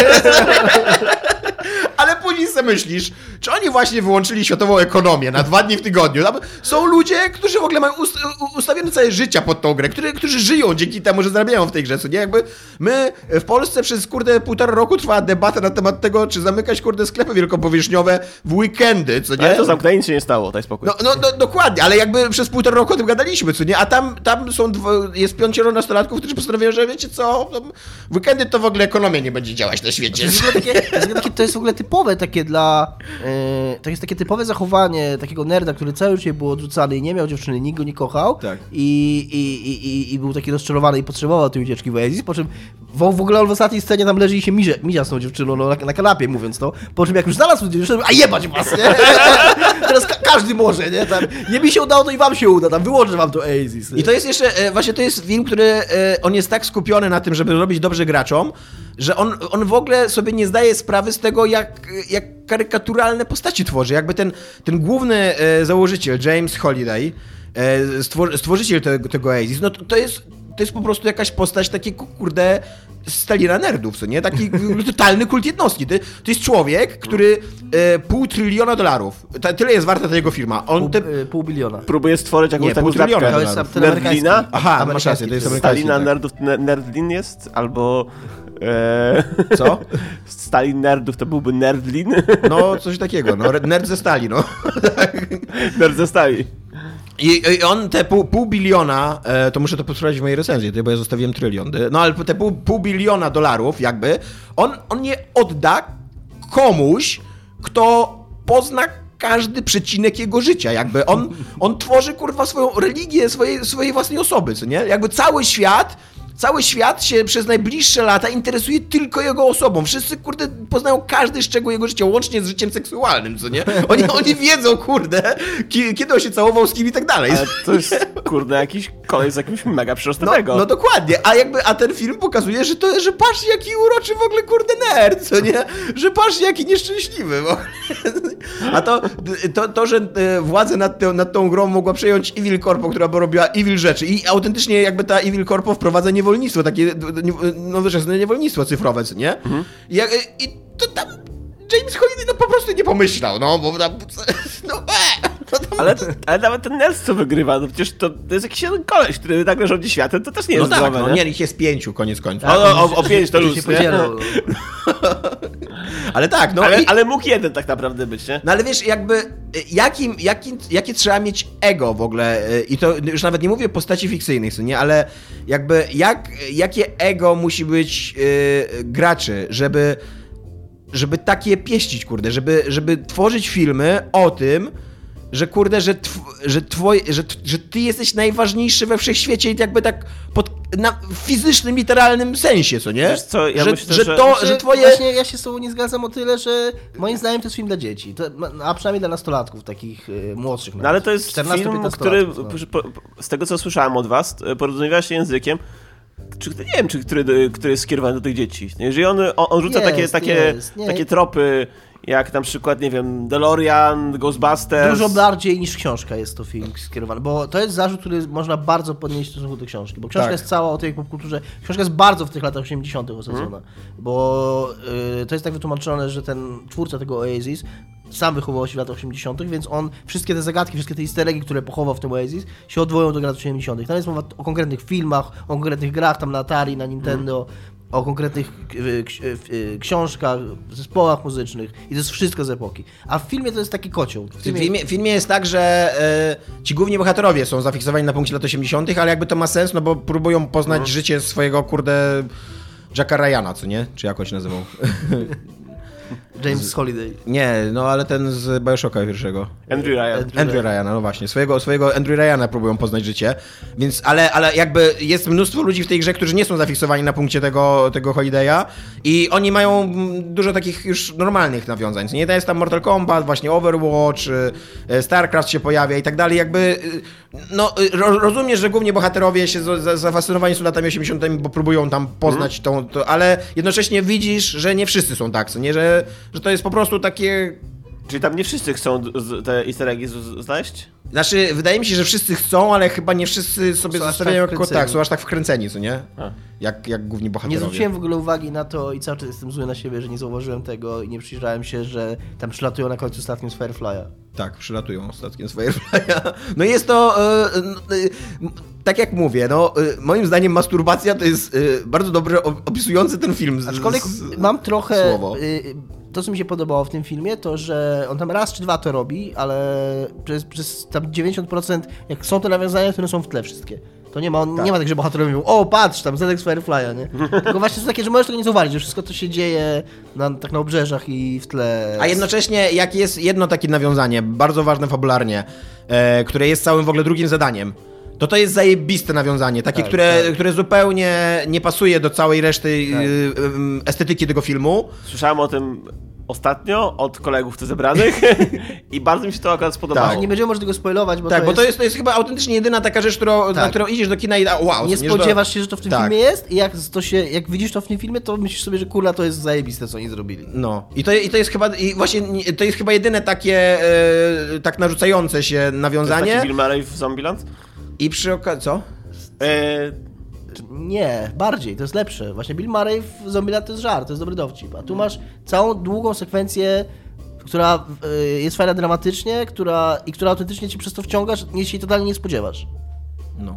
ale później sobie myślisz, czy oni właśnie wyłączyli światową ekonomię na dwa dni w tygodniu. Tam są ludzie, którzy w ogóle mają ust ustawione całe życie pod tą grę, którzy, którzy żyją dzięki temu, że zarabiają w tej grze, co nie? Jakby my w Polsce przez, kurde, półtora roku trwała debata na temat tego, czy zamykać, kurde, sklepy wielkopowierzchniowe w weekendy, co nie? Ale to zamknęli, nic się nie stało, daj spokój. No, no, no dokładnie, ale jakby przez półtora roku o tym gadaliśmy, co nie? A tam, tam są dwo, jest piącioro nastolatków, którzy postanowią, że wiecie co, w weekendy to w ogóle ekonomia nie będzie działać na świecie. To jest, w ogóle takie, to, jest takie, to jest w ogóle typowe takie dla... Yy, to jest takie typowe zachowanie takiego nerda, który całe życie był odrzucany i nie miał dziewczyny, nikt go nie kochał. Tak. I, i, i, i, i był taki rozczarowany i potrzebował tej ucieczki w Oasis, po czym w, w ogóle on w ostatniej scenie tam leży i się mizie, mizia z tą dziewczyną no, na, na kanapie, mówiąc to. Po czym jak już znalazł dziewczynę, a jebać was, nie? Teraz ka każdy może, nie? Tam, nie mi się udało, to i wam się uda, tam wyłączę wam to Oasis. Nie? I to jest jeszcze, e, właśnie to jest film, który, e, on jest tak skupiony na tym, żeby robić dobrze graczom, że on, on w ogóle sobie nie zdaje sprawy z tego, jak, jak karykaturalne postaci tworzy. Jakby ten, ten główny e, założyciel, James Holiday, e, stwor stworzyciel tego, tego Oasis, no to, to jest... To jest po prostu jakaś postać takiego, kurde, Stalina nerdów, co nie? Taki totalny kult jednostki. To, to jest człowiek, który e, pół tryliona dolarów, ta, tyle jest warta ta jego firma. On Pół, te... yy, pół biliona. Próbuję stworzyć jakąś Nie, taką pół tryliona zapkę. To jest dolarów. ten amerykański. Nerdlina? Aha, masz rację, to jest amerykański. Stalina Tak. nerdów, ne- Nerdlin jest? Albo... E, Co? Stalin nerdów to byłby Nerdlin? No, coś takiego, no, nerd ze stali, no. Nerd ze stali. I, I on te pół, pół biliona, e, to muszę to sprawdzić w mojej recenzji, bo ja zostawiłem trylion, no ale te pół, pół biliona dolarów jakby, on, on je odda komuś, kto pozna każdy przecinek jego życia, jakby on, on tworzy, kurwa, swoją religię swojej, swojej własnej osoby, co nie? Jakby cały świat Cały świat się przez najbliższe lata interesuje tylko jego osobą. Wszyscy, kurde, poznają każdy szczegół jego życia, łącznie z życiem seksualnym, co nie? Oni, oni wiedzą, kurde, ki, kiedy on się całował z kim i tak dalej. Ale to jest, kurde, jakiś kolej z jakimś mega No, przyrostowego. no dokładnie, a jakby, a ten film pokazuje, że to, że patrz jaki uroczy w ogóle, kurde, nerd, co nie? Że patrz jaki nieszczęśliwy w ogóle. A to, to, to że władzę nad, tą, nad tą grą mogła przejąć Evil Corpo, która by robiła evil rzeczy i autentycznie jakby ta Evil Corpo wprowadza niewolnictwo, takie nowoczesne niewolnictwo cyfrowe, co nie? Mhm. I, I to tam James Holiday no po prostu nie pomyślał, no, bo tam, no, e. Ale, ale nawet ten Nels, co wygrywa, no przecież to, to jest jakiś jeden koleś, który nagle rządzi światem, to też nie No jest tak, zdrowe, no nie? nie, ich jest pięciu, koniec końców. O, o, o, o pięć to Się luz, nie? podzielał. Ale tak, no Ale, i... ale mógł jeden tak naprawdę być, nie? No ale wiesz, jakby y, jakim, jakim, jakie trzeba mieć ego w ogóle y, i to już nawet nie mówię o postaci fikcyjnych, co nie, ale jakby jak, jakie ego musi być y, graczy, żeby, żeby takie pieścić, kurde, żeby, żeby tworzyć filmy o tym, że kurde, że, tw, że, twoj, że, że ty jesteś najważniejszy we wszechświecie i jakby tak pod, na fizycznym, literalnym sensie, co nie? Wiesz co, ja że, myślę, że że- to, Znaczy, że twoje... Właśnie ja się z tobą nie zgadzam o tyle, że moim zdaniem to jest film dla dzieci. To, a przynajmniej dla nastolatków, takich y, młodszych. No ale to jest film, który, no. po, z tego co słyszałem od was, porozumiewa się językiem, czy, nie wiem, czy który, który jest skierowany do tych dzieci. Jeżeli on, on, on rzuca Jest, takie, takie, jest, nie. takie tropy, jak na przykład, nie wiem, DeLorean, Ghostbusters. Dużo bardziej niż książka jest to film skierowany, bo to jest zarzut, który można bardzo podnieść w stosunku do książki, bo książka Tak. jest cała o tej popkulturze, książka jest bardzo w tych latach osiemdziesiątych osadzona, Mhm. bo y, to jest tak wytłumaczone, że ten twórca tego Oasis sam wychował się w latach osiemdziesiątych, więc on wszystkie te zagadki, wszystkie te easter eggi, które pochował w tym Oasis, się odwołują do lat osiemdziesiątych. Tam jest mowa o konkretnych filmach, o konkretnych grach, tam na Atari, na Nintendo, Mhm. o konkretnych y, ksi- y, książkach, zespołach muzycznych i to jest wszystko z epoki. A w filmie to jest taki kocioł. W W filmie, w filmie jest tak, że e, ci główni bohaterowie są zafiksowani na punkcie lat osiemdziesiątych, ale jakby to ma sens, no bo próbują poznać życie swojego, kurde, Jacka Ryana, co nie? Czy jak on się nazywał? James Holiday. Nie, no ale ten z Bioshocka pierwszego. Andrew Ryan. Andrew Andrew Ryana, no właśnie. Swojego, swojego Andrew Ryana próbują poznać życie. Więc, ale, ale jakby jest mnóstwo ludzi w tej grze, którzy nie są zafiksowani na punkcie tego, tego Holiday'a i oni mają mm, dużo takich już normalnych nawiązań. Nie, to jest tam Mortal Kombat, właśnie Overwatch, y, StarCraft się pojawia i tak dalej. Jakby, y, no, y, ro, rozumiesz, że głównie bohaterowie się za- za- zafascynowani są latami osiemdziesiątymi, bo próbują tam poznać tą, to, ale jednocześnie widzisz, że nie wszyscy są tak, co nie, że, że to jest po prostu takie... Czyli tam nie wszyscy chcą z- te easter eggi z- z- znaleźć? Znaczy, wydaje mi się, że wszyscy chcą, ale chyba nie wszyscy sobie Są aż zostawiają tak jako wkręceni. tak, są aż tak wkręceni, co nie? A. Jak, jak główni Nie bohaterowie. zwróciłem w ogóle uwagi na to i cały czas jestem zły na siebie, że nie zauważyłem tego i nie przyjrzałem się, że tam przylatują na końcu statkiem z Firefly'a. Tak, przylatują statkiem z Firefly'a. No jest to, e, e, e, tak jak mówię, no e, moim zdaniem masturbacja to jest e, bardzo dobre op- opisujący ten film. Z, Aczkolwiek z, mam trochę... słowo. y, To, co mi się podobało w tym filmie, to, że on tam raz czy dwa to robi, ale przez, przez tam dziewięćdziesiąt procent, jak są te nawiązania, to one są w tle wszystkie. To nie ma, on, Tak. nie ma tak, że bohaterowie mówią, o patrz, tam statek z Firefly'a, nie? Tylko właśnie są takie, że możesz tego nie zauważyć, że wszystko to się dzieje na, tak na obrzeżach i w tle. A jednocześnie, jak jest jedno takie nawiązanie, bardzo ważne fabularnie, e, które jest całym w ogóle drugim zadaniem, to to jest zajebiste nawiązanie, takie, Tak, które, tak. które zupełnie nie pasuje do całej reszty Tak. y, y, estetyki tego filmu. Słyszałem o tym ostatnio od kolegów tu zebranych i bardzo mi się to akurat spodobało. Tak. Nie będziemy może tego spoilować, bo Tak, to bo jest... to jest, to jest chyba autentycznie jedyna taka rzecz, którą, na Tak. którą idziesz do kina i da, wow. Nie co że spodziewasz się, że to w tym Tak. filmie jest i jak, to się, jak widzisz to w tym filmie, to myślisz sobie, że kurwa to jest zajebiste, co oni zrobili. No. I to, I to jest chyba, i właśnie nie- to jest chyba jedyne takie e, tak narzucające się To jest nawiązanie. taki Bill Murray w Zombieland? I przy okazji, co? E, Nie, bardziej, to jest lepsze. Właśnie Bill Murray w Zombieland to jest żart, to jest dobry dowcip. A tu masz całą długą sekwencję, która y, jest fajna dramatycznie, która, i która autentycznie cię przez to wciąga, że nie się jej totalnie nie spodziewasz. No.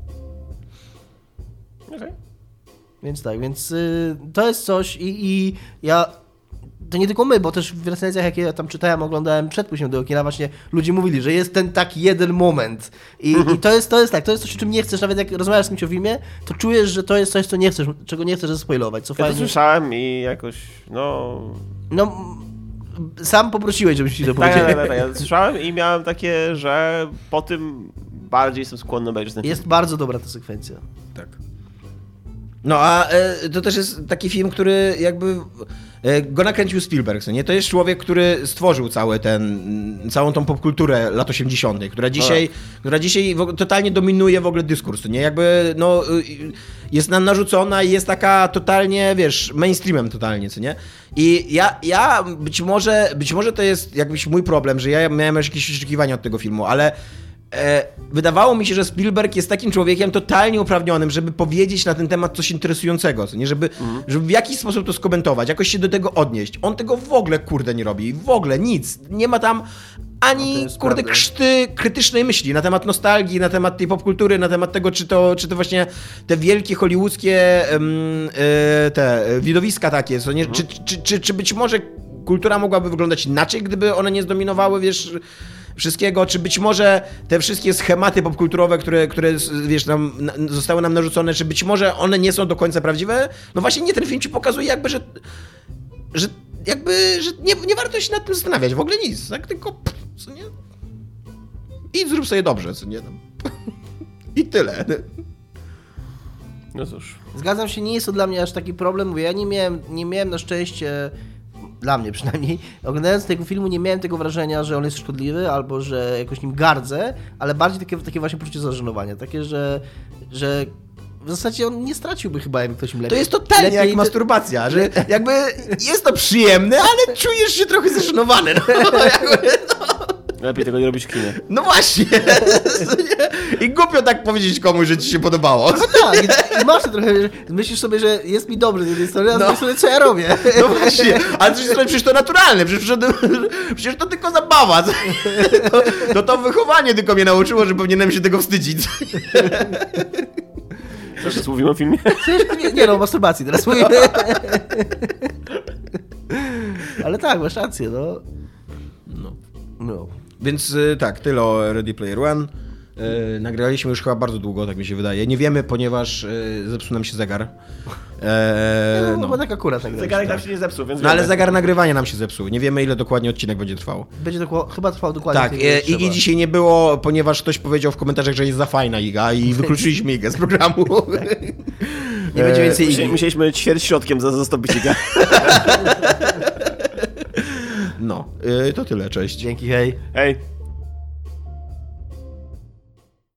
okej. Więc tak, więc y, to jest coś i, i ja... To nie tylko my, bo też w recenzjach, jakie ja tam czytałem, oglądałem przed pójściem do kina, właśnie ludzie mówili, że jest ten taki jeden moment. I, i to, jest, to jest tak, to jest coś, o czym nie chcesz, nawet jak rozmawiasz z kimś o filmie, to czujesz, że to jest coś, co nie chcesz, czego nie chcesz zaspoilować, co Ja to fajnie. słyszałem i jakoś, no... No, m, sam poprosiłeś, żebyś ci to Tak, tak, powiedział. tak, tak, ja słyszałem i miałem takie, że po tym bardziej jestem skłonny obejrzeć ten film. Jest bardzo dobra ta sekwencja. Tak. No a e, to też jest taki film, który jakby e, go nakręcił Spielberg, co nie? To jest człowiek, który stworzył cały ten, całą tą popkulturę lat osiemdziesiątych, która dzisiaj, która dzisiaj w ogóle totalnie dominuje w ogóle dyskurs, co nie? Jakby, no, y, jest nam narzucona i jest taka totalnie, wiesz, mainstreamem totalnie, co nie? I ja, ja być może, być może to jest jakbyś mój problem, że ja miałem jakieś oczekiwania od tego filmu, ale e, wydawało mi się, że Spielberg jest takim człowiekiem totalnie uprawnionym, żeby powiedzieć na ten temat coś interesującego, co nie? Żeby, mhm. żeby w jakiś sposób to skomentować, jakoś się do tego odnieść. On tego w ogóle, kurde, nie robi. W ogóle nic. Nie ma tam ani, no kurde, prawda. krzty krytycznej myśli na temat nostalgii, na temat tej popkultury, na temat tego, czy to, czy to właśnie te wielkie hollywoodzkie um, y, te widowiska takie, co nie? Mhm. Czy, czy, czy, czy być może kultura mogłaby wyglądać inaczej, gdyby one nie zdominowały, wiesz, wszystkiego, czy być może te wszystkie schematy popkulturowe, które, które wiesz, nam, na, zostały nam narzucone, czy być może one nie są do końca prawdziwe? No właśnie nie, ten film ci pokazuje jakby, że, że jakby, że nie, nie warto się nad tym zastanawiać, w ogóle nic, tak, tylko pff, co nie? I zrób sobie dobrze, co nie? I tyle. No cóż. Zgadzam się, nie jest to dla mnie aż taki problem, bo ja nie miałem, nie miałem na szczęście, dla mnie przynajmniej, oglądając tego filmu nie miałem tego wrażenia, że on jest szkodliwy albo że jakoś nim gardzę, ale bardziej takie, takie właśnie poczucie zażenowania, takie, że, że w zasadzie on nie straciłby chyba, jakby ktoś im lepiej... To jest totalnie lepiej, jak masturbacja, że jakby jest to przyjemne, ale czujesz się trochę zażenowany. No, jakby, no. Lepiej tego nie robić w kinie. No właśnie. I głupio tak powiedzieć komuś, że ci się podobało. No tak, i, i masz to trochę, że myślisz sobie, że jest mi dobrze z jednej strony, a z No. drugiej strony co ja robię. No właśnie, ale z drugiej strony przecież to naturalne, przecież to, przecież to tylko zabawa. To, to to wychowanie tylko mnie nauczyło, że powinienem się tego wstydzić. Teraz mówimy o filmie? Nie, nie no, o masturbacji teraz mówimy. Ale tak, masz rację, no. No. No. Więc y, tak, tyle o Ready Player One. Yy, nagraliśmy już chyba bardzo długo, tak mi się wydaje. Nie wiemy, ponieważ yy, zepsuł nam się zegar. Eee, No, no. bo tak akurat nagraliśmy. Zegarek nam się nie zepsuł, więc No ale wiemy. zegar nagrywania nam się zepsuł. Nie wiemy, ile dokładnie odcinek będzie trwał. Będzie dokło- chyba trwał dokładnie Tak, tyle, ile i, trzeba. i dzisiaj nie było, ponieważ ktoś powiedział w komentarzach, że jest za fajna Iga i wykluczyliśmy Igę z programu. Nie będzie więcej Musieli- Igi. Musieliśmy ćwierć środkiem za- zastąpić Igę. No, yy, to tyle, cześć. Dzięki, hej. Hej.